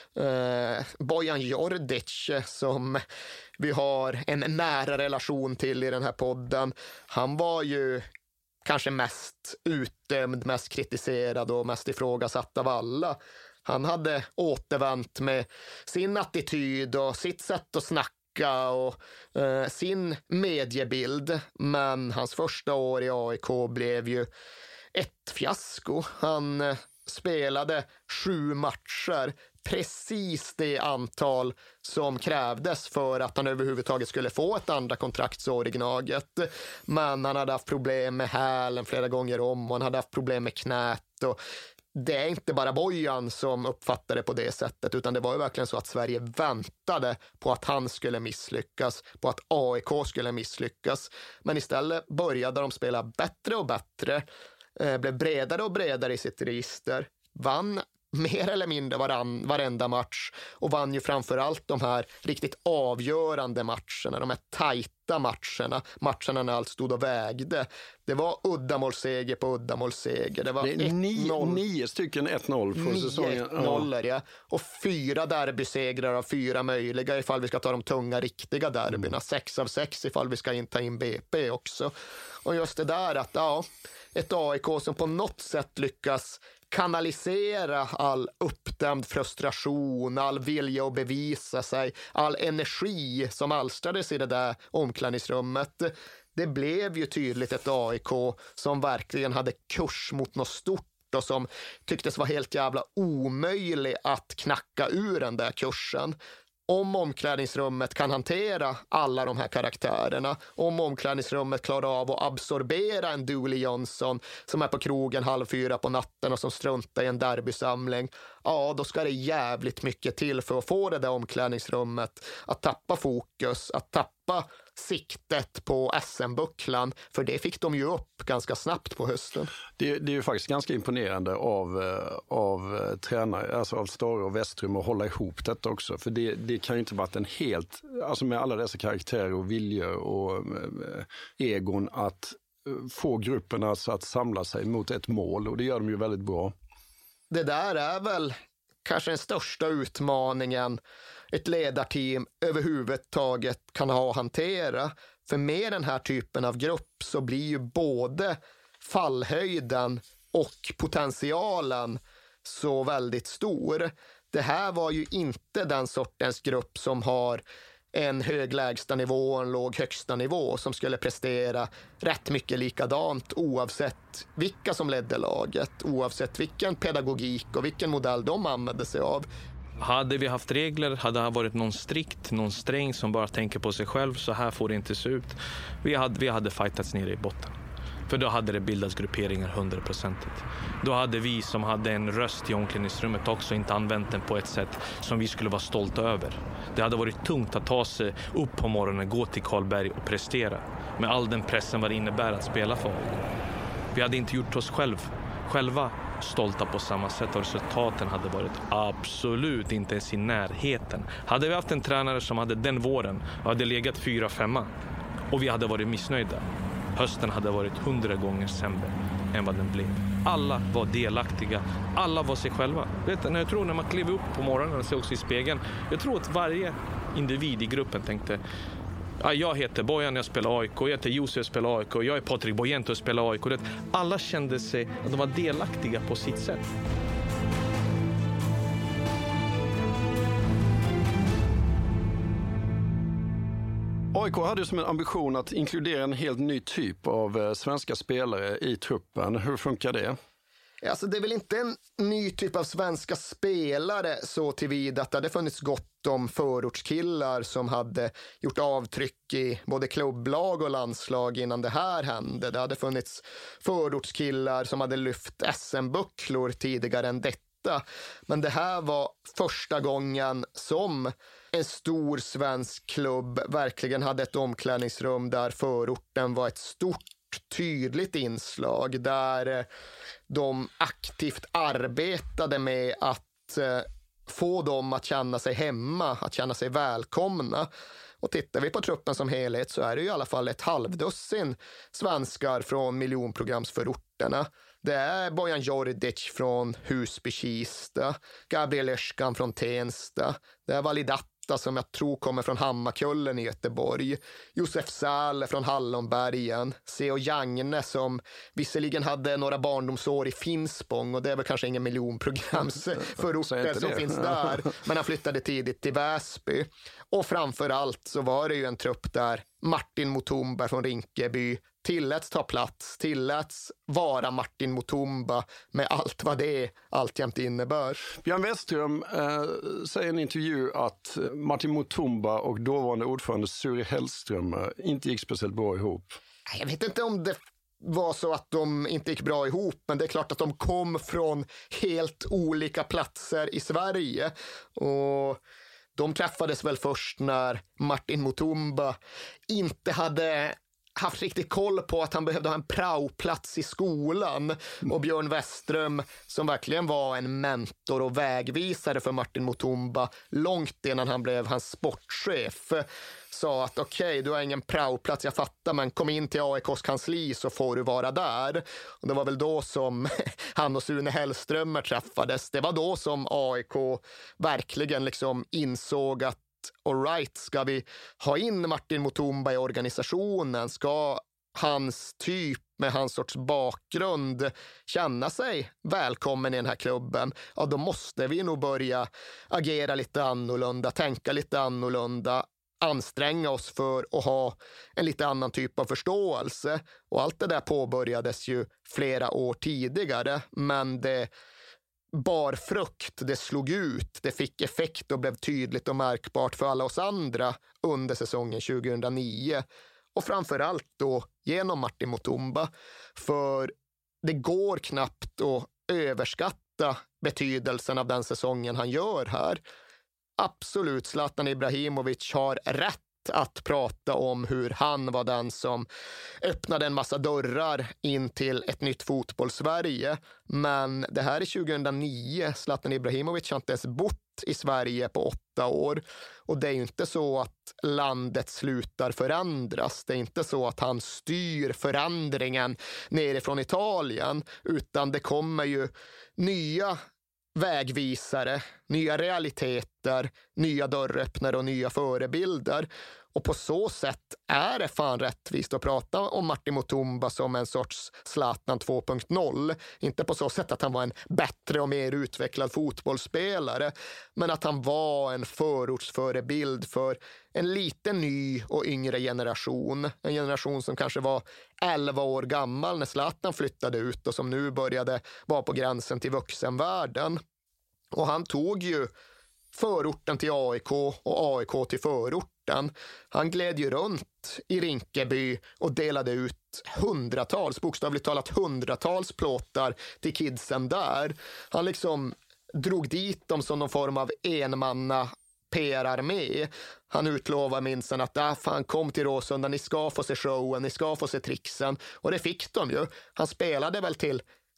Speaker 8: Bojan Djordjic, som vi har en nära relation till i den här podden, han var ju kanske mest utdömd, mest kritiserad och mest ifrågasatt av alla. Han hade återvänt med sin attityd och sitt sätt att snacka och sin mediebild. Men hans första år i AIK blev ju ett fiasko. Han spelade 7 matcher, precis det antal som krävdes för att han överhuvudtaget skulle få ett andra kontraktsår i Gnaget. Men han hade haft problem med hälen flera gånger om och han hade haft problem med knät. Och det är inte bara Bojan som uppfattade det på det sättet, utan det var ju verkligen så att Sverige väntade på att han skulle misslyckas, på att AIK skulle misslyckas. Men istället började de spela bättre och bättre, blev bredare och bredare i sitt register, vann mer eller mindre varenda match och vann ju framförallt de här riktigt avgörande matcherna, de här tajta matcherna när allt stod och vägde. Det var uddamålsseger på uddamålsseger. Det var
Speaker 7: 9 stycken 1-0 på säsongen.
Speaker 8: 9-1-0, ja. Och 4 derbysegrar av 4 möjliga ifall vi ska ta de tunga riktiga derbyna. 6 av 6 ifall vi ska ta in BP också. Och just det där att ett AIK som på något sätt lyckas kanalisera all uppdämd frustration, all vilja att bevisa sig, all energi som alstrades i det där omklädningsrummet. Det blev ju tydligt ett AIK som verkligen hade kurs mot något stort och som tycktes vara helt jävla omöjlig att knacka ur den där kursen. Om omklädningsrummet kan hantera alla de här karaktärerna, om omklädningsrummet klarar av att absorbera en Dooley Johnson som är på krogen 3:30 på natten och som struntar i en derbysamling, då ska det jävligt mycket till för att få det där omklädningsrummet att tappa fokus, att tappa siktet på SM-bucklan, för det fick de ju upp ganska snabbt på hösten.
Speaker 7: Det är ju faktiskt ganska imponerande av tränare, alltså av Stare och Westrum, att hålla ihop detta också, för det kan ju inte vara en helt, alltså med alla dessa karaktärer och viljor och egon, att få gruppen alltså att samla sig mot ett mål, och det gör de ju väldigt bra.
Speaker 8: Det där är väl kanske den största utmaningen ett ledarteam överhuvudtaget kan ha att hantera. För med den här typen av grupp så blir ju både fallhöjden och potentialen så väldigt stor. Det här var ju inte den sortens grupp som har en hög lägsta nivå och en låg högsta nivå som skulle prestera rätt mycket likadant oavsett vilka som ledde laget, oavsett vilken pedagogik och vilken modell de använde sig av.
Speaker 16: Hade vi haft regler, hade det varit någon strikt, någon sträng som bara tänker på sig själv, så här får det inte se ut. Vi hade fightats nere i botten. För då hade det bildats grupperingar 100%. Då hade vi som hade en röst i omklädningsrummet också inte använt den på ett sätt som vi skulle vara stolta över. Det hade varit tungt att ta sig upp på morgonen, gå till Karlberg och prestera. Med all den pressen vad det innebär att spela för AIK. Vi hade inte gjort oss själva stolta på samma sätt, och resultaten hade varit absolut inte ens i närheten. Hade vi haft en tränare som hade den våren och hade legat 4-5 Och vi hade varit missnöjda. Hösten hade varit 100 gånger sämre än vad den blev. Alla var delaktiga. Alla var sig själva. Vet du, jag tror när man klev upp på morgonen och såg sig i spegeln. Jag tror att varje individ i gruppen tänkte: ja, jag heter Bojan, jag spelar AIK. Jag heter Josef, jag spelar AIK. Jag är Patrik Bojento och spelar AIK. Alla kände sig att de var delaktiga på sitt sätt.
Speaker 7: AIK hade ju som en ambition att inkludera en helt ny typ av svenska spelare i truppen. Hur funkar det?
Speaker 8: Alltså det är väl inte en ny typ av svenska spelare så tillvida att det hade funnits gott om förortskillar som hade gjort avtryck i både klubblag och landslag innan det här hände. Det hade funnits förortskillar som hade lyft SM-bucklor tidigare än detta. Men det här var första gången som en stor svensk klubb verkligen hade ett omklädningsrum där förorten var ett stort, tydligt inslag. Där de aktivt arbetade med att få dem att känna sig hemma, att känna sig välkomna. Och tittar vi på truppen som helhet så är det i alla fall ett halvdussin svenskar från miljonprogramsförorterna. Det är Bojan Djordjic från Husby-Kista, Gabriel Özcan från Tensta, det är Validatta som jag tror kommer från Hammarkullen i Göteborg, Josef Säle från Hallonbergen, C.O. Jagne som visserligen hade några barndomsår i Finspång och det är väl kanske ingen miljonprogramsförorter som finns där, men han flyttade tidigt till Väsby. Och framförallt så var det ju en trupp där Martin Mutumba från Rinkeby tilläts ta plats, tilläts vara Martin Mutumba med allt vad det alltjämt innebär.
Speaker 7: Björn Westström säger i en intervju att Martin Mutumba och dåvarande ordförande Suri Hellström inte gick speciellt bra ihop.
Speaker 8: Jag vet inte om det var så att de inte gick bra ihop, men det är klart att de kom från helt olika platser i Sverige och de träffades väl först när Martin Mutumba inte hade haft riktigt koll på att han behövde ha en praoplats i skolan. Och Björn Westström, som verkligen var en mentor och vägvisare för Martin Mutumba långt innan han blev hans sportchef, sa att okej, du har ingen praoplats, jag fattar, men kom in till AIKs kansli så får du vara där. Och det var väl då som han och Sune Hellströmer träffades. Det var då som AIK verkligen liksom insåg att all right, ska vi ha in Martin Mutumba i organisationen? Ska hans typ med hans sorts bakgrund känna sig välkommen i den här klubben? Ja, då måste vi nog börja agera lite annorlunda, tänka lite annorlunda, anstränga oss för att ha en lite annan typ av förståelse. Och allt det där påbörjades ju flera år tidigare, men det bar frukt, det slog ut, det fick effekt och blev tydligt och märkbart för alla oss andra under säsongen 2009. Och framförallt då genom Martin Mutumba, för det går knappt att överskatta betydelsen av den säsongen han gör här. Absolut, Zlatan Ibrahimovic har rätt att prata om hur han var den som öppnade en massa dörrar in till ett nytt fotbollssverige. Men det här är 2009. Zlatan Ibrahimovic har inte ens bott i Sverige på 8 år. Och det är ju inte så att landet slutar förändras. Det är inte så att han styr förändringen nerifrån Italien. Utan det kommer ju nya vägvisare, nya realiteter, nya dörröppnare och nya förebilder. Och på så sätt är det fan rättvist att prata om Martin Mutumba som en sorts Zlatan 2.0. Inte på så sätt att han var en bättre och mer utvecklad fotbollsspelare, men att han var en förortsförebild för en liten ny och yngre generation. En generation som kanske var 11 år gammal när Zlatan flyttade ut och som nu började vara på gränsen till vuxenvärlden. Och han tog ju förorten till AIK och AIK till förorten. Han gled ju runt i Rinkeby och delade ut hundratals, bokstavligt talat hundratals plåtar till kidsen där. Han liksom drog dit dem som någon form av enmanna PR-armé. Han utlovade minst att fan, kom till Råsunda, ni ska få se showen, ni ska få se trixen. Och det fick de ju. Han spelade väl till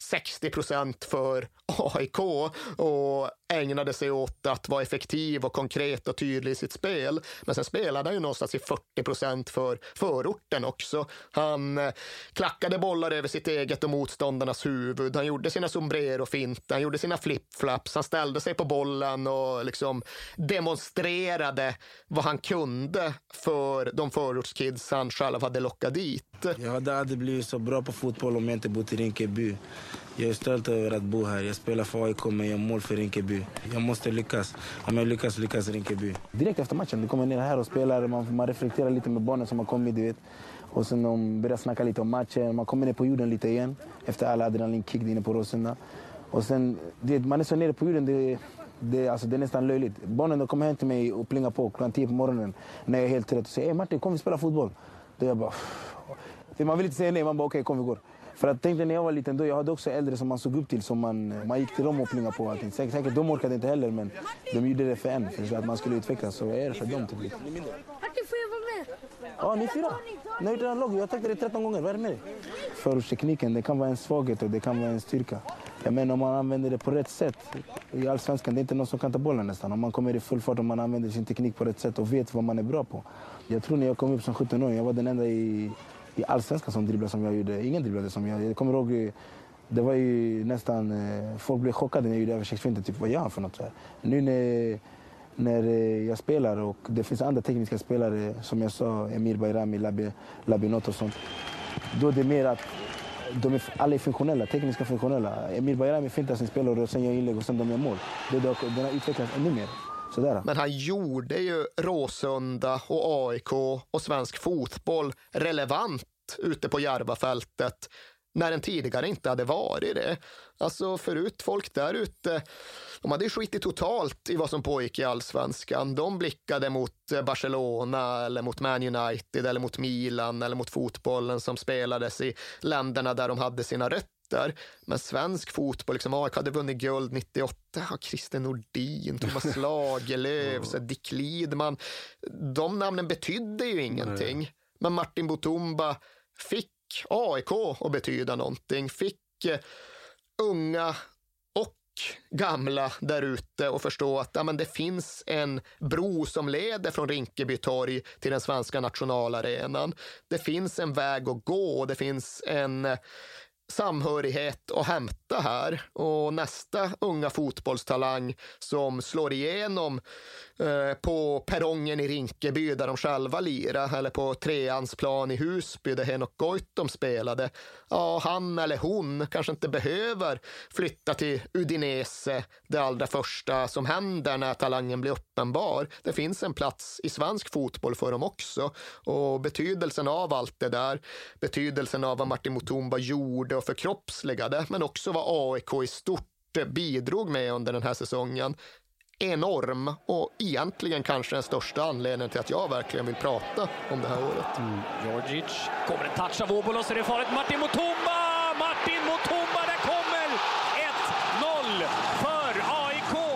Speaker 8: 60% för AIK och ägnade sig åt att vara effektiv och konkret och tydlig i sitt spel. Men sen spelade han ju någonstans i 40% för förorten också. Han klackade bollar över sitt eget och motståndarnas huvud. Han gjorde sina sombrero-finter, han gjorde sina flip-flaps. Han ställde sig på bollen och liksom demonstrerade vad han kunde för de förortskids han själv hade lockat dit.
Speaker 18: Jag hade aldrig blivit så bra på fotboll om jag inte bott i Rinkeby. Jag är stolt över att bo här. Jag spelar för AIK men jag mål för Rinkeby. Jag måste lyckas. Om jag lyckas Rinkeby. Direkt efter matchen, du kommer ner här och spelar. Man reflekterar lite med barnen som har kommit, du vet. Och sen de börjar snacka lite om matchen. Man kommer ner på jorden lite igen. Efter alla adrenalinkick inne på Råsunda. Och sen, man är så nere på jorden, det är nästan löjligt. Barnen de kommer hem till mig och plingar på klockan 10 på morgonen. När jag är helt trött och säger, Martin, kom vi spela fotboll. Då jag bara... Man vill inte säga nej, man bara okej, kom vi går. För att tänkte när jag var liten då, jag hade också äldre som man såg upp till, som man gick till dem och plingade på allting. Säkert de orkade inte heller, men de gjorde det för en, för att man skulle utvecklas, så är det för dem typ. Martin, får jag vara med? Ja, ni 4. Ni har gjort en lag, jag har tagit det 13 gånger, vad är det med dig? Förortstekniken, det kan vara en svaghet och det kan vara en styrka. Jag menar om man använder det på rätt sätt, i allsvenskan, det är inte någon som kan ta bollen nästan. Om man kommer i full fart och man använder sin teknik på rätt sätt och vet vad man är bra på. Jag tror när jag kom upp som 17 år, jag var den enda i allsvenskan som dribblade som jag gjorde. Ingen dribblade som jag. Jag kommer ihåg, det var ju nästan, folk blev chockade när jag gjorde översiktsfinter, typ vad gör han för något så här. Nu när jag spelar och det finns andra tekniska spelare, som jag sa, Emir Bayrami, Labinot och sånt. Då är det mer att alla är funktionella, tekniska funktionella. Emir Bayrami fintar sin spelare och sen gör inlägg och sen de gör mål. Den har utvecklats ännu mer. Sådär.
Speaker 8: Men han gjorde ju Råsunda och AIK och svensk fotboll relevant ute på Järvafältet när den tidigare inte hade varit det. Alltså förut, folk där ute, de hade ju skitit totalt i vad som pågick i allsvenskan. De blickade mot Barcelona eller mot Man United eller mot Milan eller mot fotbollen som spelades i länderna där de hade sina rötter. Men svensk fotboll, liksom AIK hade vunnit guld 98, Christer Nordin, Thomas Lagerlöf, Dick Lidman. De namnen betydde ju ingenting. Nej. Men Martin Mutumba fick AIK att betyda någonting. Fick unga och gamla där ute och förstå att det finns en bro som leder från Rinkeby torg till den svenska nationalarenan. Det finns en väg att gå. Det finns en samhörighet att hämta här, och nästa unga fotbollstalang som slår igenom på perrongen i Rinkeby där de själva lirade, eller på Treans plan i Husby där Henok Goitom spelade, ja, han eller hon kanske inte behöver flytta till Udinese det allra första som händer när talangen blir uppenbar. Det finns en plats i svensk fotboll för dem också, och betydelsen av allt det där, betydelsen av vad Martin Mutumba gjorde och förkroppsligade, men också vad AIK i stort bidrog med under den här säsongen, enorm, och egentligen kanske den största anledningen till att jag verkligen vill prata om det här året.
Speaker 4: Georgic, kommer en touch av Obolos, är det farligt? Martin Mutumba, där kommer 1-0 för AIK.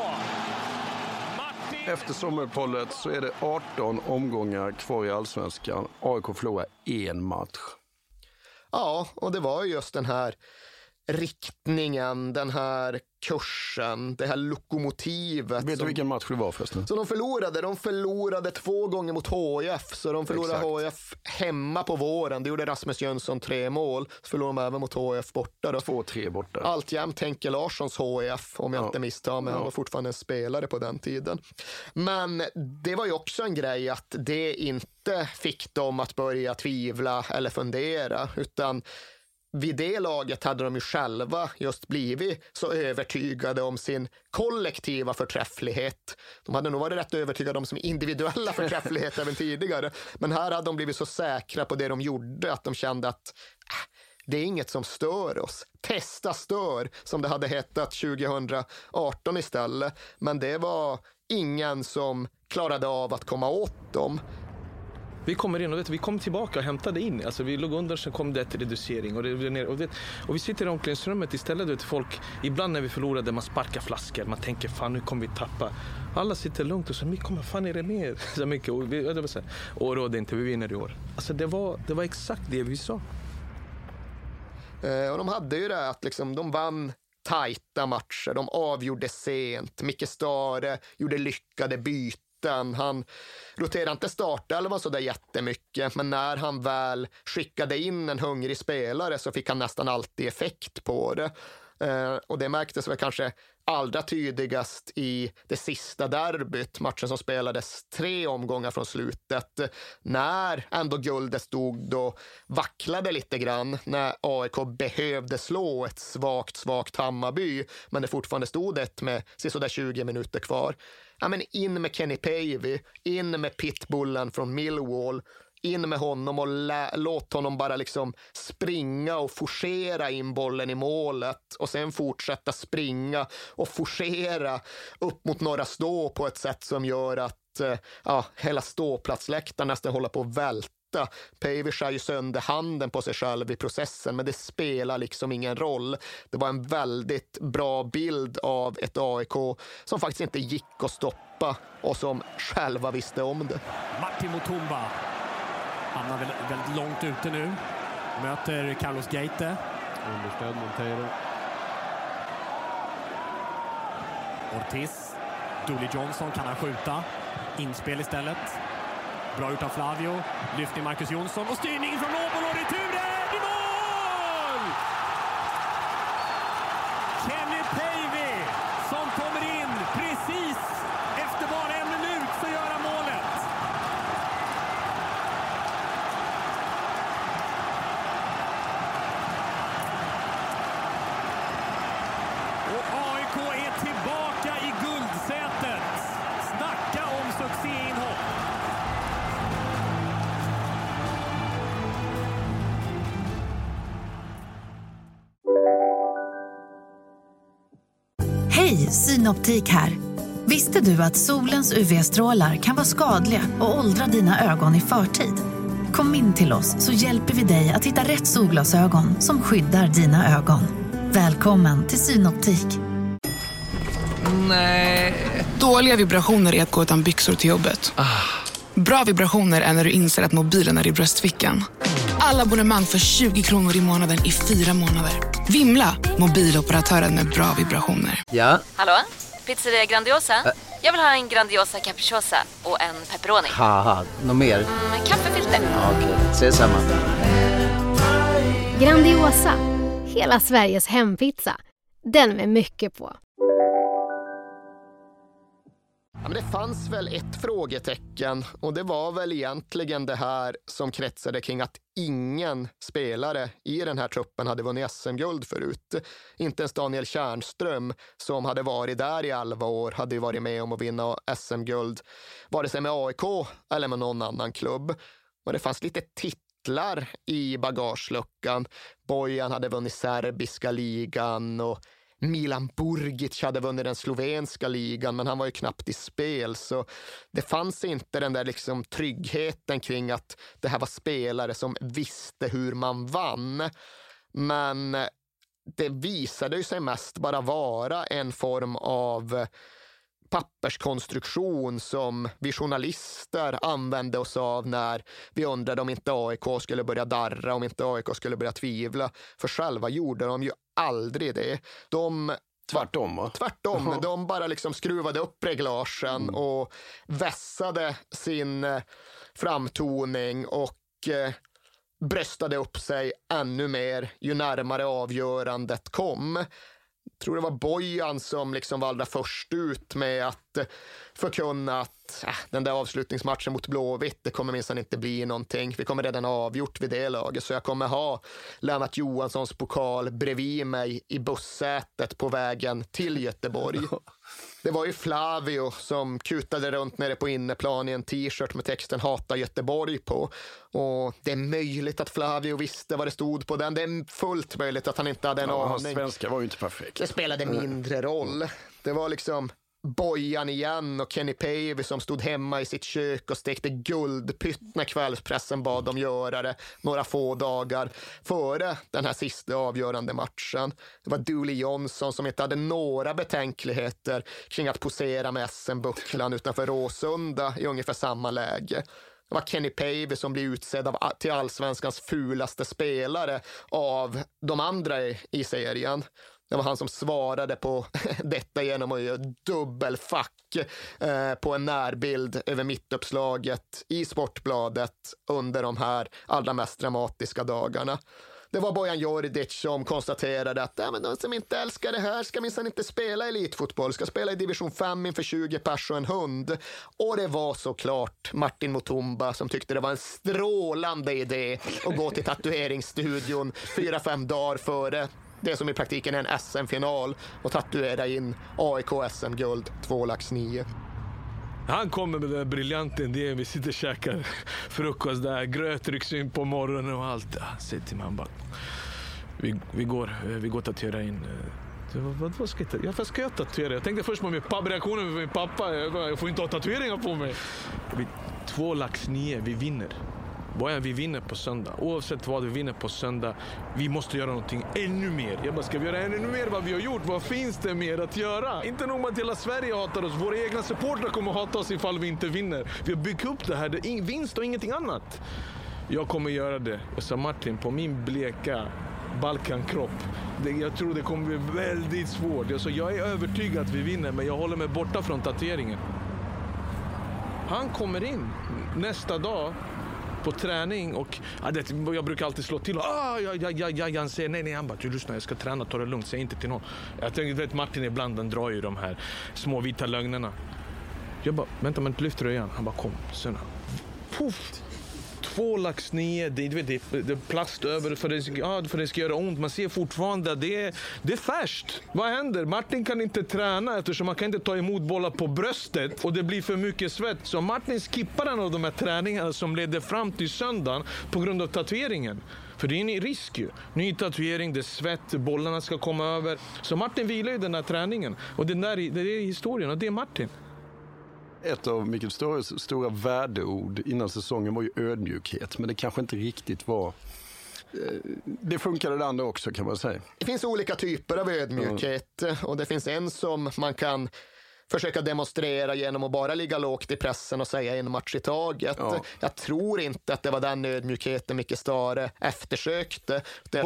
Speaker 7: Efter sommaruppehållet så är det 18 omgångar kvar i allsvenskan. AIK förlorar 1 match.
Speaker 8: Ja, och det var just den här riktningen, den här kursen, det här lokomotivet.
Speaker 7: Vet du vilken match det var förresten?
Speaker 8: Så de förlorade 2 gånger mot HIF, så de förlorade HIF hemma på våren. Det gjorde Rasmus Jönsson 3 mål. Så förlorade de även mot HIF borta då.
Speaker 7: 2-3 borta.
Speaker 8: Alltjämt Henke Larssons HIF, om jag inte misstar mig. Han var fortfarande en spelare på den tiden. Men det var ju också en grej att det inte fick dem att börja tvivla eller fundera, utan vid det laget hade de ju själva just blivit så övertygade om sin kollektiva förträfflighet. De hade nog varit rätt övertygade om sin individuella förträfflighet även tidigare. Men här hade de blivit så säkra på det de gjorde att de kände att det är inget som stör oss. Testa stör, som det hade hetat 2018 istället. Men det var ingen som klarade av att komma åt dem.
Speaker 16: Vi kommer in och vi kom tillbaka och hämtade in. Alltså vi låg under, så kom det till reducering. Och vi sitter i omklädningsrummet istället. Folk, ibland när vi förlorade, man sparkar flaskor. Man tänker, fan nu kommer vi tappa. Alla sitter lugnt och så, men kommer fan är det mer? Så mycket. Och råd inte, vi vinner i år. Alltså det var exakt det vi sa.
Speaker 8: Och de hade ju det att liksom, de vann tajta matcher, de avgjorde sent. Micke Stare gjorde lyckade byten. Han roterade inte startelvan så där jättemycket, men när han väl skickade in en hungrig spelare så fick han nästan alltid effekt på det. Och det märktes väl kanske allra tydligast i det sista derbyt, matchen som spelades 3 omgångar från slutet, när ändå guldet stod och vacklade lite grann, när AIK behövde slå ett svagt Hammarby, men det fortfarande stod ett med sådär 20 minuter kvar. Ja, men in med Kenny Päivi, in med pitbullen från Millwall, in med honom och låt honom bara liksom springa och forcera in bollen i målet och sen fortsätta springa och forcera upp mot Norra Stå på ett sätt som gör att hela ståplatsläktaren nästan håller på att välta. Päivi skär ju sönder handen på sig själv i processen, men det spelar liksom ingen roll. Det var en väldigt bra bild av ett AIK som faktiskt inte gick att stoppa och som själva visste om det.
Speaker 4: Martin Mutumba. Han är väldigt långt ute nu. Möter Carlos Geite.
Speaker 5: Understöd Monteiro.
Speaker 4: Ortiz. Dooley Johnson, kan han skjuta? Inspel istället. Bra gjort av Flavio. Lyftning Marcus Jonsson och styrning från Åbolo. Returen i mål! Kenny Päivi som kommer in precis efter bara 1 minut för att göra målet. AIK är tillbaka i guldsätet. Snacka om succéinhopp.
Speaker 19: Hej, Synoptik här. Visste du att solens UV-strålar kan vara skadliga och åldra dina ögon i förtid? Kom in till oss så hjälper vi dig att hitta rätt solglasögon som skyddar dina ögon. Välkommen till Synoptik.
Speaker 20: Nej. Dåliga vibrationer är att gå utan byxor till jobbet. Bra vibrationer är när du inser att mobilen är i bröstfickan. Alla abonnemang för 20 kronor i månaden i 4 månader. Vimla, mobiloperatören med bra vibrationer.
Speaker 21: Ja?
Speaker 22: Hallå? Pizzeria Grandiosa? Jag vill ha en Grandiosa capriciosa och en pepperoni.
Speaker 21: Haha, något mer?
Speaker 22: Kaffefilter.
Speaker 21: Ja, okej, ses samma.
Speaker 23: Grandiosa, hela Sveriges hempizza. Den med mycket på.
Speaker 8: Ja, men det fanns väl ett frågetecken och det var väl egentligen det här som kretsade kring att ingen spelare i den här truppen hade vunnit SM-guld förut. Inte ens Daniel Tjärnström som hade varit där i 11 år hade ju varit med om att vinna SM-guld vare sig med AIK eller med någon annan klubb. Och det fanns lite titlar i bagageluckan. Bojan hade vunnit serbiska ligan och Milan Burgic hade vunnit den slovenska ligan, men han var ju knappt i spel, så det fanns inte den där liksom tryggheten kring att det här var spelare som visste hur man vann. Men det visade ju sig mest bara vara en form av papperskonstruktion som vi journalister använde oss av när vi undrade om inte AIK skulle börja darra, om inte AIK skulle börja tvivla. För själva gjorde de ju aldrig det. Tvärtom, va? Tvärtom. De bara liksom skruvade upp reglagen och vässade sin framtoning och bröstade upp sig ännu mer ju närmare avgörandet kom. Jag tror det var Bojan som liksom var allra först ut med att förkunna att den där avslutningsmatchen mot Blåvitt, det kommer minst inte bli någonting. Vi kommer redan ha avgjort vid det laget, så jag kommer ha Lennart Johanssons pokal bredvid mig i bussätet på vägen till Göteborg. Det var ju Flavio som kutade runt nere på inneplan i en t-shirt med texten Hata Göteborg på. Och det är möjligt att Flavio visste vad det stod på den. Det är fullt möjligt att han inte hade en aning.
Speaker 7: Hans svenska var ju inte perfekt.
Speaker 8: Det spelade mindre roll. Det var liksom Bojan igen och Kenny Päivi som stod hemma i sitt kök och stekte guldpytt när kvällspressen bad dem göra det några få dagar före den här sista avgörande matchen. Det var Dooley Johnson som inte hade några betänkligheter kring att posera med SM-bucklan utanför Råsunda i ungefär samma läge. Det var Kenny Pavey som blev utsedd till allsvenskans fulaste spelare av de andra i serien. Det var han som svarade på detta genom att göra dubbelfack på en närbild över mittuppslaget i Sportbladet under de här allra mest dramatiska dagarna. Det var Bojan Djordjic som konstaterade att men de som inte älskar det här ska minsann inte spela elitfotboll, ska spela i division 5 inför 20 pers och en hund. Och det var såklart Martin Mutumba som tyckte det var en strålande idé att gå till tatueringsstudion 4-5 dagar före det som i praktiken är en SM-final och tatuera in AIK SM-guld 2,9.
Speaker 16: Han kommer med den briljanten, det är vi sitter och käkar frukost där, gröt rycks in på morgonen och allt. Han säger till mig, han bara, vi går tatuera in. Vad ska jag, varför ska jag tatuera? Jag tänkte först på reaktionen med min pappa, jag får inte ha tatueringar på mig. 2,9, vi vinner. Vi vinner på söndag. Oavsett vad vi vinner på söndag, vi måste göra någonting ännu mer. Jag bara, ska vi göra ännu mer vad vi har gjort? Vad finns det mer att göra? Inte nog med att hela Sverige hatar oss. Våra egna supportrar kommer att hata oss ifall vi inte vinner. Vi har byggt upp det här. Det är vinst och ingenting annat. Jag kommer göra det. Jag sa Martin, på min bleka Balkankropp. Jag tror det kommer bli väldigt svårt. Jag sa, jag är övertygad att vi vinner, men jag håller mig borta från tatueringen. Han kommer in nästa dag på träning och jag brukar alltid slå till och han säger nej, han bara, du lyssnar, jag ska träna, ta det lugnt, säg inte till någon. Jag tänkte, Martin ibland, den drar ju de här små vita lögnerna. Jag bara, vänta, men lyft röjan. Han bara, kom, sen. Puff! 2,9, det är plast över för det ska göra ont. Man ser fortfarande att det är färskt. Vad händer? Martin kan inte träna eftersom man kan inte ta emot bollar på bröstet och det blir för mycket svett. Så Martin skippar en av de här träningarna som leder fram till söndagen på grund av tatueringen. För det är en risk ju. Ny tatuering, det är svett, bollarna ska komma över. Så Martin vilar ju den här träningen. Och det är historien och det är Martin.
Speaker 7: Ett av Mikael Ståhres stora värdeord innan säsongen var ju ödmjukhet. Men det kanske inte riktigt var... Det funkade det andra också, kan man säga.
Speaker 8: Det finns olika typer av ödmjukhet. Och det finns en som man kan försöka demonstrera genom att bara ligga lågt i pressen och säga en match i taget. Ja. Jag tror inte att det var den ödmjukheten Micke Stare eftersökte. Det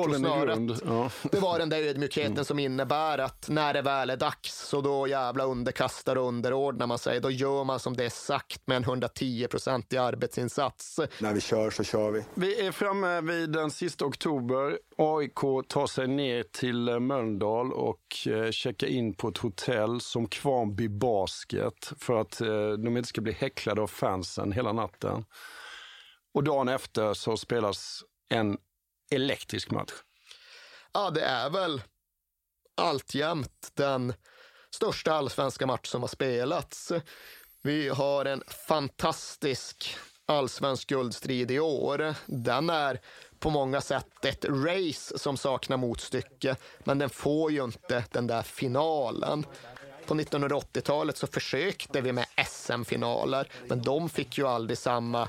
Speaker 8: var den där ödmjukheten som innebär att när det väl är dags så då jävla underkastar och underordnar man sig. Då gör man som det är sagt med en 110% i arbetsinsats.
Speaker 13: När vi kör så kör vi.
Speaker 7: Vi är framme vid den sista oktober. AIK tar sig ner till Mölndal och checkar in på ett hotell som Kvarnby Basket för att de inte ska bli häcklade av fansen hela natten. Och dagen efter så spelas en elektrisk match.
Speaker 8: Ja, det är väl alltjämt den största allsvenska match som har spelats. Vi har en fantastisk allsvensk guldstrid i år. Den är på många sätt ett race som saknar motstycke, men den får ju inte den där finalen. På 1980-talet så försökte vi med SM-finaler, men de fick ju aldrig samma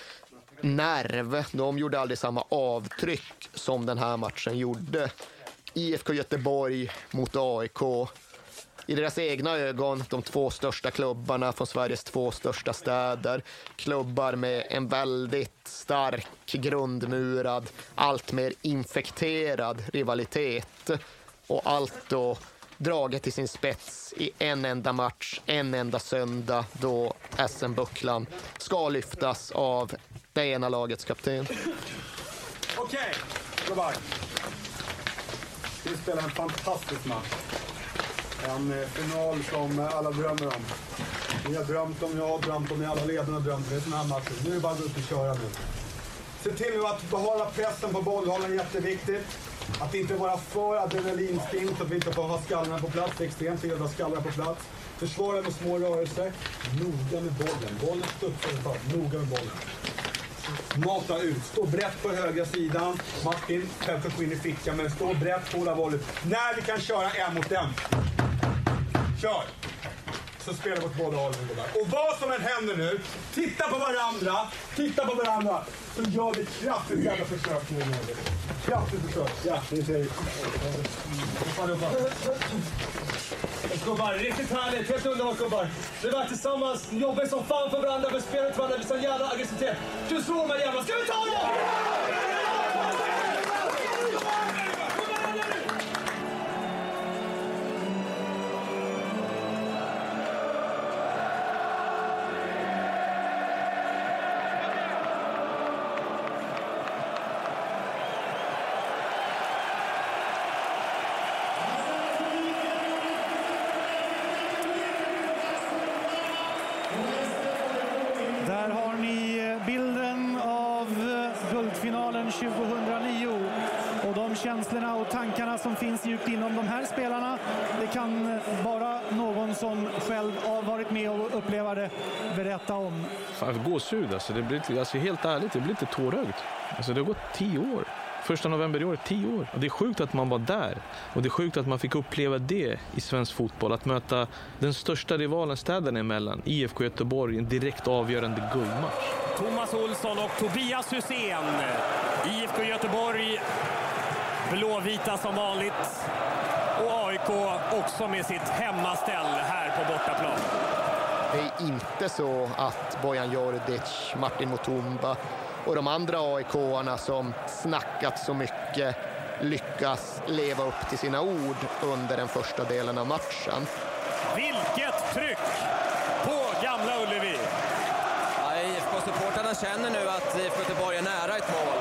Speaker 8: nerv. De gjorde aldrig samma avtryck som den här matchen gjorde. IFK Göteborg mot AIK. I deras egna ögon, de 2 största klubbarna från Sveriges 2 största städer. Klubbar med en väldigt stark, grundmurad, allt mer infekterad rivalitet. Och allt då draget till sin spets i en enda match, en enda söndag då SM-bucklan ska lyftas av det ena lagets kapten.
Speaker 13: Okej, grabbar. Vi spelar en fantastisk match. En final som alla drömmer om. Ni har drömt om, jag har drömt om, alla ledarna har drömt om. Det är den här matchen. Nu är det bara att gå ut och köra nu. Se till nu att behålla pressen på bollhållaren är jätteviktigt. Att inte vara för adrenalinstint, att vi inte får ha skallarna på plats. Det är extremt viktigt att ha skallarna på plats. Försvara med små rörelser. Noga med bollen. Bollen studsar ut. Noga med bollen. Mata ut. Stå brett på högra sidan. Martin, självklart gå in i fickan, men stå brett på hela bollen. När vi kan köra en mot en. Kör! Så spelar vårt båda håll. Och vad som än händer nu, titta på varandra, så gör vi kraftigt jävla försök nu. Kraftigt försök. Ja, det ser ut.
Speaker 11: Gubbar, riktigt härligt. Helt underbart, gubbar. Vi var tillsammans, jobbar som fan för varandra, vi spelar till varandra, vi sån jävla aggressivitet. Du slår mig jävla. Ska vi ta det?
Speaker 1: Där har ni bilden av guldfinalen 2009 och de känslorna och tankarna som finns djupt inom de här spelarna. Det kan bara någon som själv har varit med och uppleva det berätta om.
Speaker 16: Fan, gåshud alltså. Det blir, alltså helt ärligt, det blir lite tårögt. Alltså det har gått 10 år. 1 november i år, 10 år. Och det är sjukt att man var där. Och det är sjukt att man fick uppleva det i svensk fotboll. Att möta den största rivalen städerna emellan, IFK Göteborg, en direkt avgörande guldmatch.
Speaker 4: Thomas Olsson och Tobias Hysén. IFK Göteborg, blåvita som vanligt. Och AIK också med sitt hemmaställ här på bortaplan.
Speaker 8: Det är inte så att Bojan Djordjic, Martin Mutumba och de andra AIK-arna som snackat så mycket lyckas leva upp till sina ord under den första delen av matchen.
Speaker 4: Vilket tryck på Gamla Ullevi!
Speaker 2: Ja, IFK-supportarna känner nu att IFK Göteborg är nära ett mål.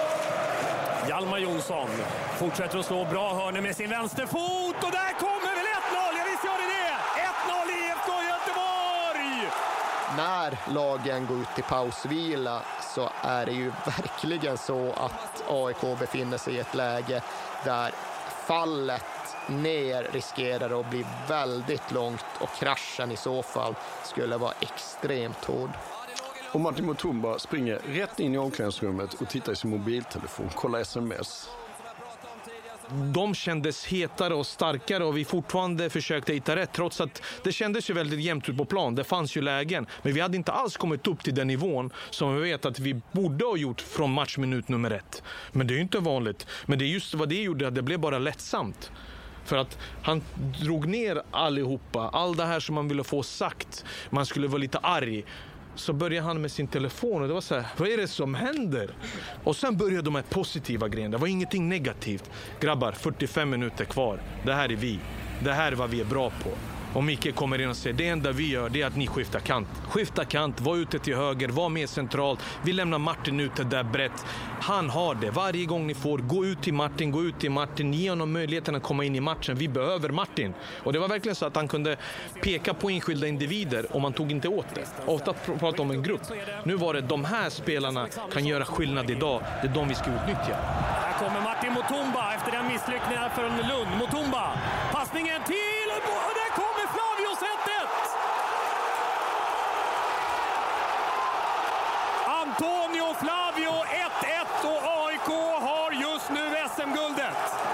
Speaker 4: Hjalmar Jonsson fortsätter att slå bra hörner med sin vänsterfot och där kommer väl 1-0! Ja, visst gör det! 1-0 IFK Göteborg!
Speaker 8: När lagen går ut i pausvila så är det ju verkligen så att AIK befinner sig i ett läge där fallet ner riskerar att bli väldigt långt och kraschen i så fall skulle vara extremt hård.
Speaker 7: Och Martin Mutumba springer rätt in i omklädningsrummet och tittar i sin mobiltelefon, kollar sms.
Speaker 16: De kändes hetare och starkare och vi fortfarande försökte hitta rätt trots att det kändes ju väldigt jämnt ut på plan. Det fanns ju lägen, men vi hade inte alls kommit upp till den nivån som vi vet att vi borde ha gjort från matchminut nummer 1. Men det är ju inte vanligt. Men det är just vad det gjorde, att det blev bara lättsamt. För att han drog ner allihopa, all det här som man ville få sagt. Man skulle vara lite arg. Så började han med sin telefon och det var så här, vad är det som händer? Och sen började de med positiva grejer. Det var ingenting negativt. Grabbar, 45 minuter kvar. Det här är vi. Det här är vad vi är bra på. Och Micke kommer in och säger, det enda vi gör det är att ni skiftar kant. Skifta kant, var ute till höger, var mer centralt. Vi lämnar Martin ute där brett. Han har det. Varje gång ni får, gå ut till Martin. Ge honom möjligheten att komma in i matchen. Vi behöver Martin. Och det var verkligen så att han kunde peka på enskilda individer och man tog inte åt det. Ofta pratar om en grupp. Nu var det de här spelarna kan göra skillnad idag. Det är de vi ska utnyttja.
Speaker 4: Här kommer Martin Mutumba efter den misslyckningen från Lund. Mutumba, passningen till och där kommer Flavios 1-1! Antonio Flavio 1-1 och AIK har just nu SM-guldet.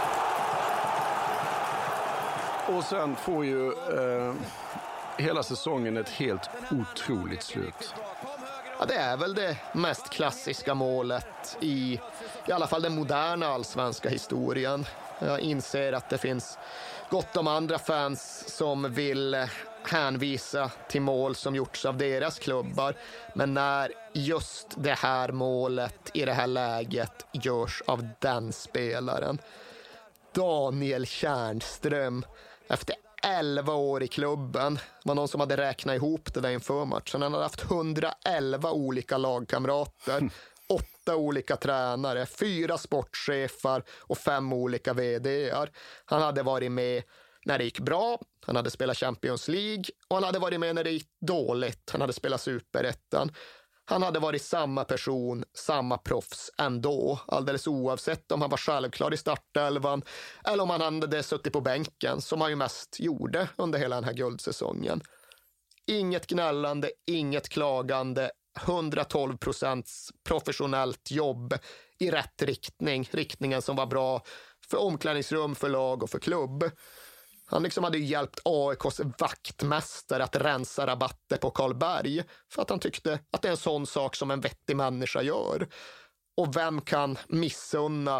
Speaker 7: Och sen får ju hela säsongen ett helt otroligt slut.
Speaker 8: Ja, det är väl det mest klassiska målet i alla fall den moderna allsvenska historien. Jag inser att det finns gott om andra fans som vill hänvisa till mål som gjorts av deras klubbar. Men när just det här målet i det här läget görs av den spelaren, Daniel Tjärnström, efter 11 år i klubben, var någon som hade räknat ihop det där inför matchen. Han hade haft 111 olika lagkamrater, 8 olika tränare, 4 sportchefer och 5 olika vd:ar. Han hade varit med när det gick bra, han hade spelat Champions League och han hade varit med när det gick dåligt. Han hade spelat Superettan. Han hade varit samma person, samma proffs ändå, alldeles oavsett om han var självklar i startelvan eller om han hade suttit på bänken, som han ju mest gjorde under hela den här guldsäsongen. Inget gnällande, inget klagande, 112% professionellt jobb i rätt riktning, riktningen som var bra för omklädningsrum, för lag och för klubb. Han liksom hade ju hjälpt AIKs vaktmästare att rensa rabatter på Karlberg för att han tyckte att det är en sån sak som en vettig människa gör. Och vem kan missunna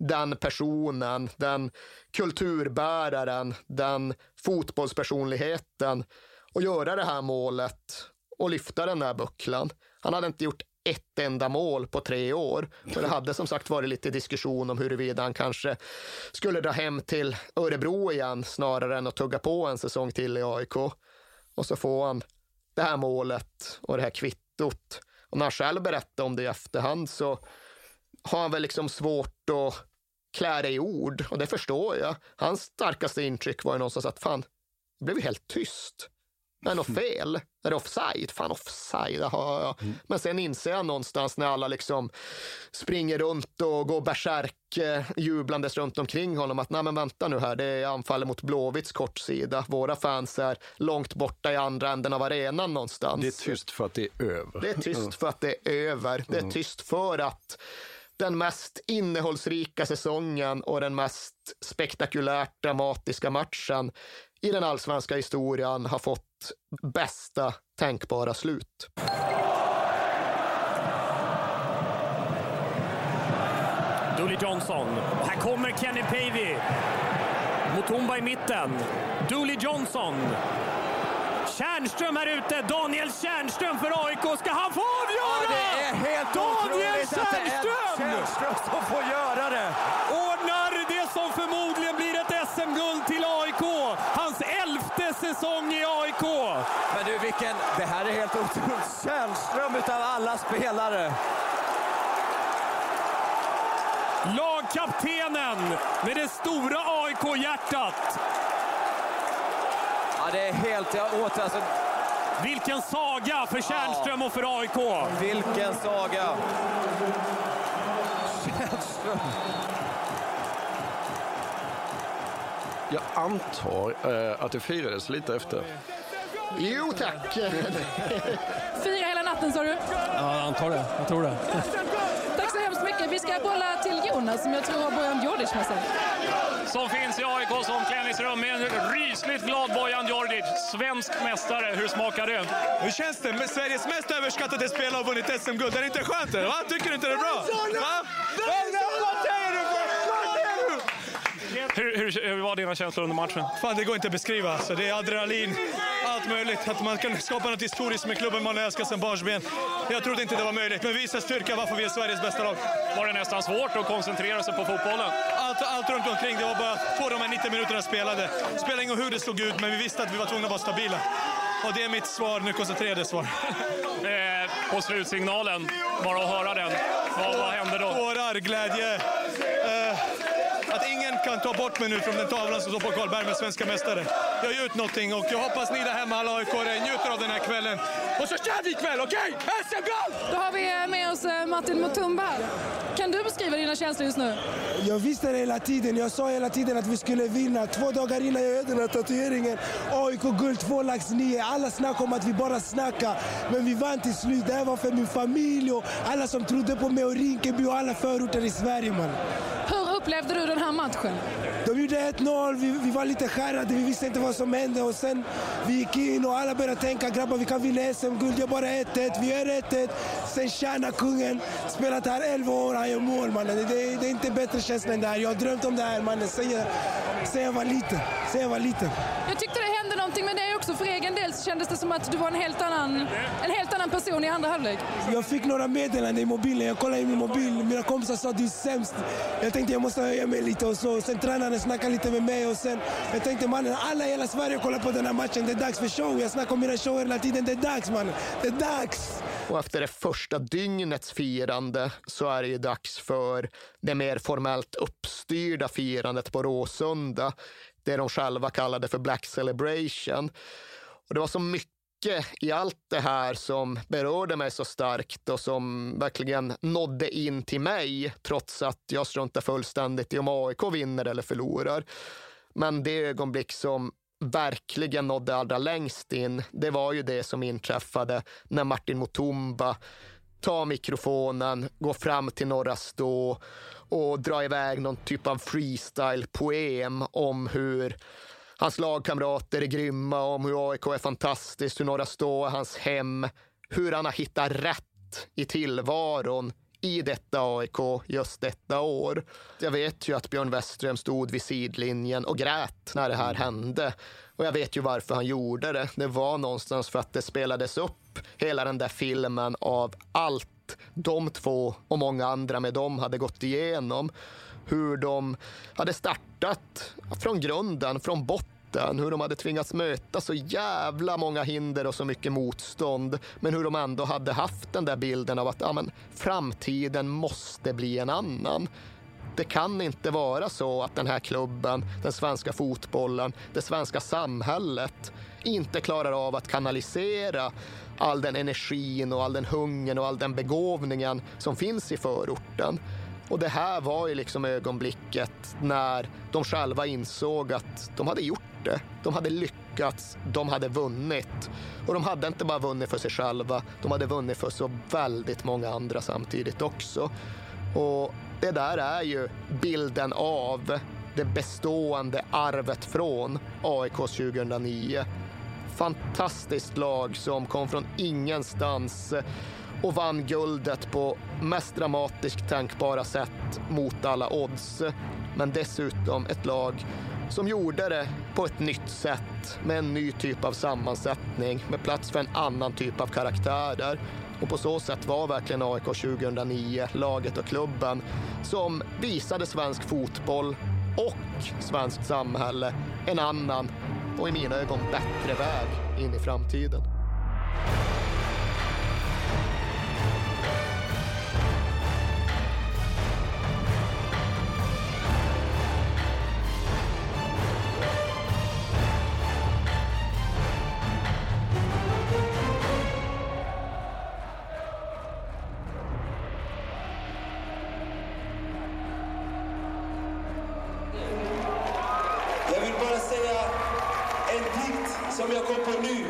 Speaker 8: den personen, den kulturbäraren, den fotbollspersonligheten och göra det här målet och lyfta den där bucklan. Han hade inte gjort ett enda mål på 3 år. Och det hade som sagt varit lite diskussion om huruvida han kanske skulle dra hem till Örebro igen snarare än att tugga på en säsong till i AIK. Och så får han det här målet och det här kvittot. Och när han själv berättar om det i efterhand så har han väl liksom svårt att klä det i ord. Och det förstår jag. Hans starkaste intryck var ju någonstans att fan, det blev ju helt tyst. Det är något fel. Är det offside? Fan, offside. Ja. Men sen inser jag någonstans när alla liksom springer runt och går bärsärk jublandes runt omkring honom att nej men vänta nu här, det är anfallet mot Blåvitts kortsida. Våra fans är långt borta i andra änden av arenan någonstans.
Speaker 7: Det är tyst för att det är över.
Speaker 8: Det är tyst för att det är över. Det är tyst för att den mest innehållsrika säsongen och den mest spektakulärt dramatiska matchen i den allsvenska historien har fått bästa tänkbara slut.
Speaker 4: Dooley Johnson. Här kommer Kenny Pavey. Mutumba i mitten. Dooley Johnson. Tjärnström här ute. Daniel Tjärnström för AIK. Ska han få avgöra?
Speaker 2: Ja, det är helt otroligt att det är Tjärnström som får göra det.
Speaker 4: Ordnar det som förmodligen blir ett SM-guld till AIK. Hans 11:e säsong i AIK.
Speaker 2: Men du, det här är helt otroligt. Tjärnström utav alla spelare.
Speaker 4: Lagkaptenen med det stora AIK-hjärtat.
Speaker 2: Ja, det är helt...
Speaker 4: Vilken saga för Tjärnström och för AIK.
Speaker 2: Vilken saga. Tjärnström.
Speaker 7: Jag antar att det firades lite efter.
Speaker 8: Jo, tack.
Speaker 3: Fira hela natten, sa du?
Speaker 6: Ja, jag antar det. Jag tror det.
Speaker 3: Tack så hemskt mycket. Vi ska bolla till Jonas som jag tror har Bojan Djordjic med sig.
Speaker 4: Som finns i AIKs omklädningsrum med en rysligt glad Bojan Djordjic. Svensk mästare. Hur smakar det?
Speaker 11: Hur känns det? Med Sveriges mest överskattade spelare har vunnit SM-guld. Är det inte skönt? Va? Tycker du inte det är bra? Va?
Speaker 4: Hur var dina känslor under matchen?
Speaker 11: Fan, det går inte att beskriva. Så det är adrenalin, allt möjligt. Att man kan skapa något historiskt med klubben man älskar sedan barnsben. Jag trodde inte det var möjligt, men visa styrka varför vi är Sveriges bästa lag.
Speaker 4: Var det nästan svårt att koncentrera sig på fotbollen?
Speaker 11: Allt runt omkring, det var bara få de här 90 minuterna spelade. Spelade ingen hur det såg ut, men vi visste att vi var tvungna att vara stabila. Och det är mitt svar, nu koncentrerade svar.
Speaker 4: På slutsignalen, bara att höra den. Vad hände då?
Speaker 11: Tårar, glädje. Att ingen kan ta bort mig nu från den tavlan som står på Karlberg med svenska mästare. Jag har gjort någonting och jag hoppas ni där hemma, alla AIK-are, njuter av den här kvällen. Och så kör vi ikväll, okej? SM-guld!
Speaker 3: Då har vi med oss Martin Mutumba. Kan du beskriva dina känslor just nu?
Speaker 18: Jag visste det hela tiden. Jag sa hela tiden att vi skulle vinna. 2 dagar innan jag gjorde den här tatueringen. AIK guld 2 lax 9. Alla snackade om att vi bara snackar. Men vi vann till slut. Det här var för min familj och alla som trodde på mig och Rinkeby och alla förorter i Sverige, man.
Speaker 3: Hur upplevde du den här matchen?
Speaker 18: De gjorde 1-0, vi var lite skärrade, vi visste inte vad som hände och sen vi gick in och alla började tänka grabbar vi kan vinna SM-guld, jag bara 1-1, vi gör 1-1. Sen tjänar kungen, spelat här 11 år, han gör mål mannen. Det är inte bättre känsla än det här, jag har drömt om det här mannen sen jag var liten.
Speaker 3: Jag tyckte det hände någonting med dig också, för egen del så kändes det som att du var en helt annan person i andra halvlek.
Speaker 18: Jag fick några meddelanden i mobilen, jag kollade i min mobil, mina kompisar sa att du är sämst. Jag tänkte jag måste höja mig lite och så. Sen tränaren snackade lite med mig och sen jag tänkte mannen, alla i hela Sverige kollar på den här matchen, det är dags för show. Jag snackar om mina shower hela tiden, det är dags mannen, det är dags.
Speaker 8: Och efter det första dygnets firande så är det ju dags för det mer formellt uppstyrda firandet på Råsunda. Det de själva kallade för Black Celebration. Och det var så mycket i allt det här som berörde mig så starkt och som verkligen nådde in till mig trots att jag struntar fullständigt i om AIK vinner eller förlorar. Men det ögonblick som verkligen nådde allra längst in, det var ju det som inträffade när Martin Mutumba tar mikrofonen, går fram till Norra Stå och drar iväg någon typ av freestyle-poem om hur hans lagkamrater är grymma, om hur AIK är fantastiskt, hur Norra Stå är hans hem, hur han har hittat rätt i tillvaron i detta AIK just detta år. Jag vet ju att Björn Westström stod vid sidlinjen och grät när det här hände. Och jag vet ju varför han gjorde det. Det var någonstans för att det spelades upp hela den där filmen av allt de två och många andra med dem hade gått igenom. Hur de hade startat från grunden, från botten. Hur de hade tvingats möta så jävla många hinder och så mycket motstånd. Men hur de ändå hade haft den där bilden av att framtiden måste bli en annan. Det kan inte vara så att den här klubben, den svenska fotbollen, det svenska samhället inte klarar av att kanalisera all den energin och all den hungern och all den begåvningen som finns i förorten. Och det här var ju liksom ögonblicket när de själva insåg att de hade gjort det. De hade lyckats, de hade vunnit. Och de hade inte bara vunnit för sig själva, de hade vunnit för så väldigt många andra samtidigt också. Och det där är ju bilden av det bestående arvet från AIK 2009. Fantastiskt lag som kom från ingenstans och vann guldet på mest dramatiskt tänkbara sätt mot alla odds. Men dessutom ett lag som gjorde det på ett nytt sätt med en ny typ av sammansättning, med plats för en annan typ av karaktärer. Och på så sätt var verkligen AIK 2009 laget och klubben som visade svensk fotboll och svenskt samhälle en annan och i mina ögon bättre väg in i framtiden.
Speaker 9: Jag vill bara säga en dikt som jag kom på nu.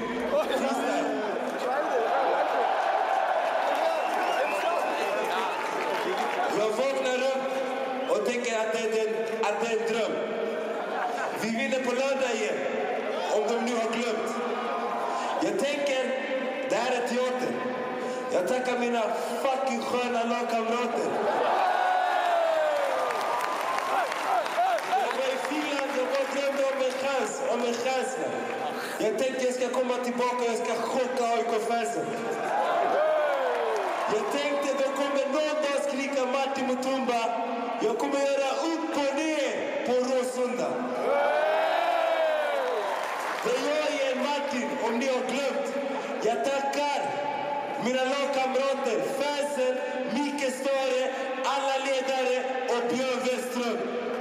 Speaker 9: Jag vaknar upp och tänker att det är en dröm. Vi vinner på lördag igen, om de nu har glömt. Jag tänker, det här är teater. Jag tackar mina fucking sköna lagkamrater. Jag drömde om en chans. Jag tänkte jag ska komma tillbaka och jag ska chocka AIK-fansen. Jag tänkte de kommer någon dag skrika Martin Mutumba. Jag kommer göra upp och ner på Råsunda. Det är jag igen, Martin, om ni har glömt. Jag tackar mina lagkamrater, fansen, Micke Stare, alla ledare och Björn Westström.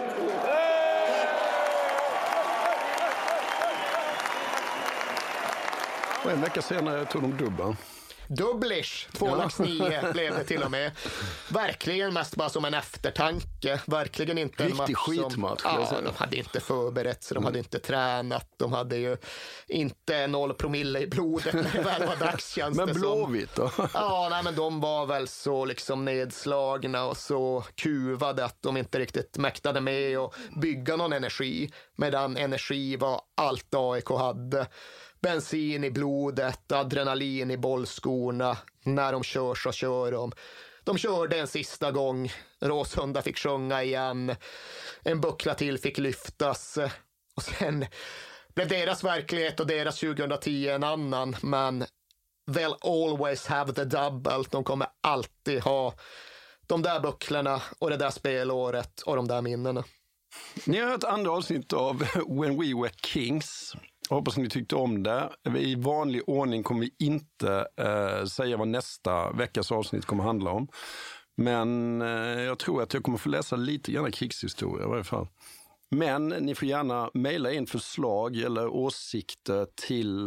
Speaker 7: Och en vecka senare tog de dubban.
Speaker 8: Dubblish, 2,9 blev det till och med. Verkligen mest bara som en eftertanke. Verkligen inte en
Speaker 7: riktig skitmatch.
Speaker 8: De hade inte förberett sig, de hade inte tränat. De hade ju inte 0 promille i blodet när det väl var dags, känns det.
Speaker 7: Men Blåvitt då?
Speaker 8: Ja, nej, men de var väl så liksom nedslagna och så kuvade att de inte riktigt mäktade med att bygga någon energi. Medan energi var allt AIK hade. Bensin i blodet, adrenalin i bollskorna. När de kör så kör de. De körde en sista gång. Råsunda fick sjunga igen. En buckla till fick lyftas. Och sen blev deras verklighet och deras 2010 en annan. Men they'll always have the double. De kommer alltid ha de där bucklarna och det där spelåret och de där minnena.
Speaker 7: Ni har hört andra avsnitt av When We Were Kings. Jag hoppas ni tyckte om det. I vanlig ordning kommer vi inte säga vad nästa veckas avsnitt kommer handla om. Men jag tror att jag kommer få läsa lite grann krigshistoria i varje fall. Men ni får gärna mejla in förslag eller åsikter till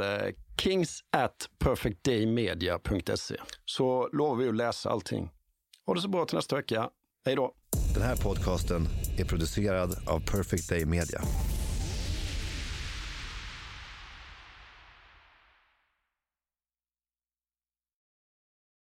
Speaker 7: kings@perfectdaymedia.se. Så lovar vi att läsa allting. Ha det så bra till nästa vecka. Hej då!
Speaker 10: Den här podcasten är producerad av Perfect Day Media.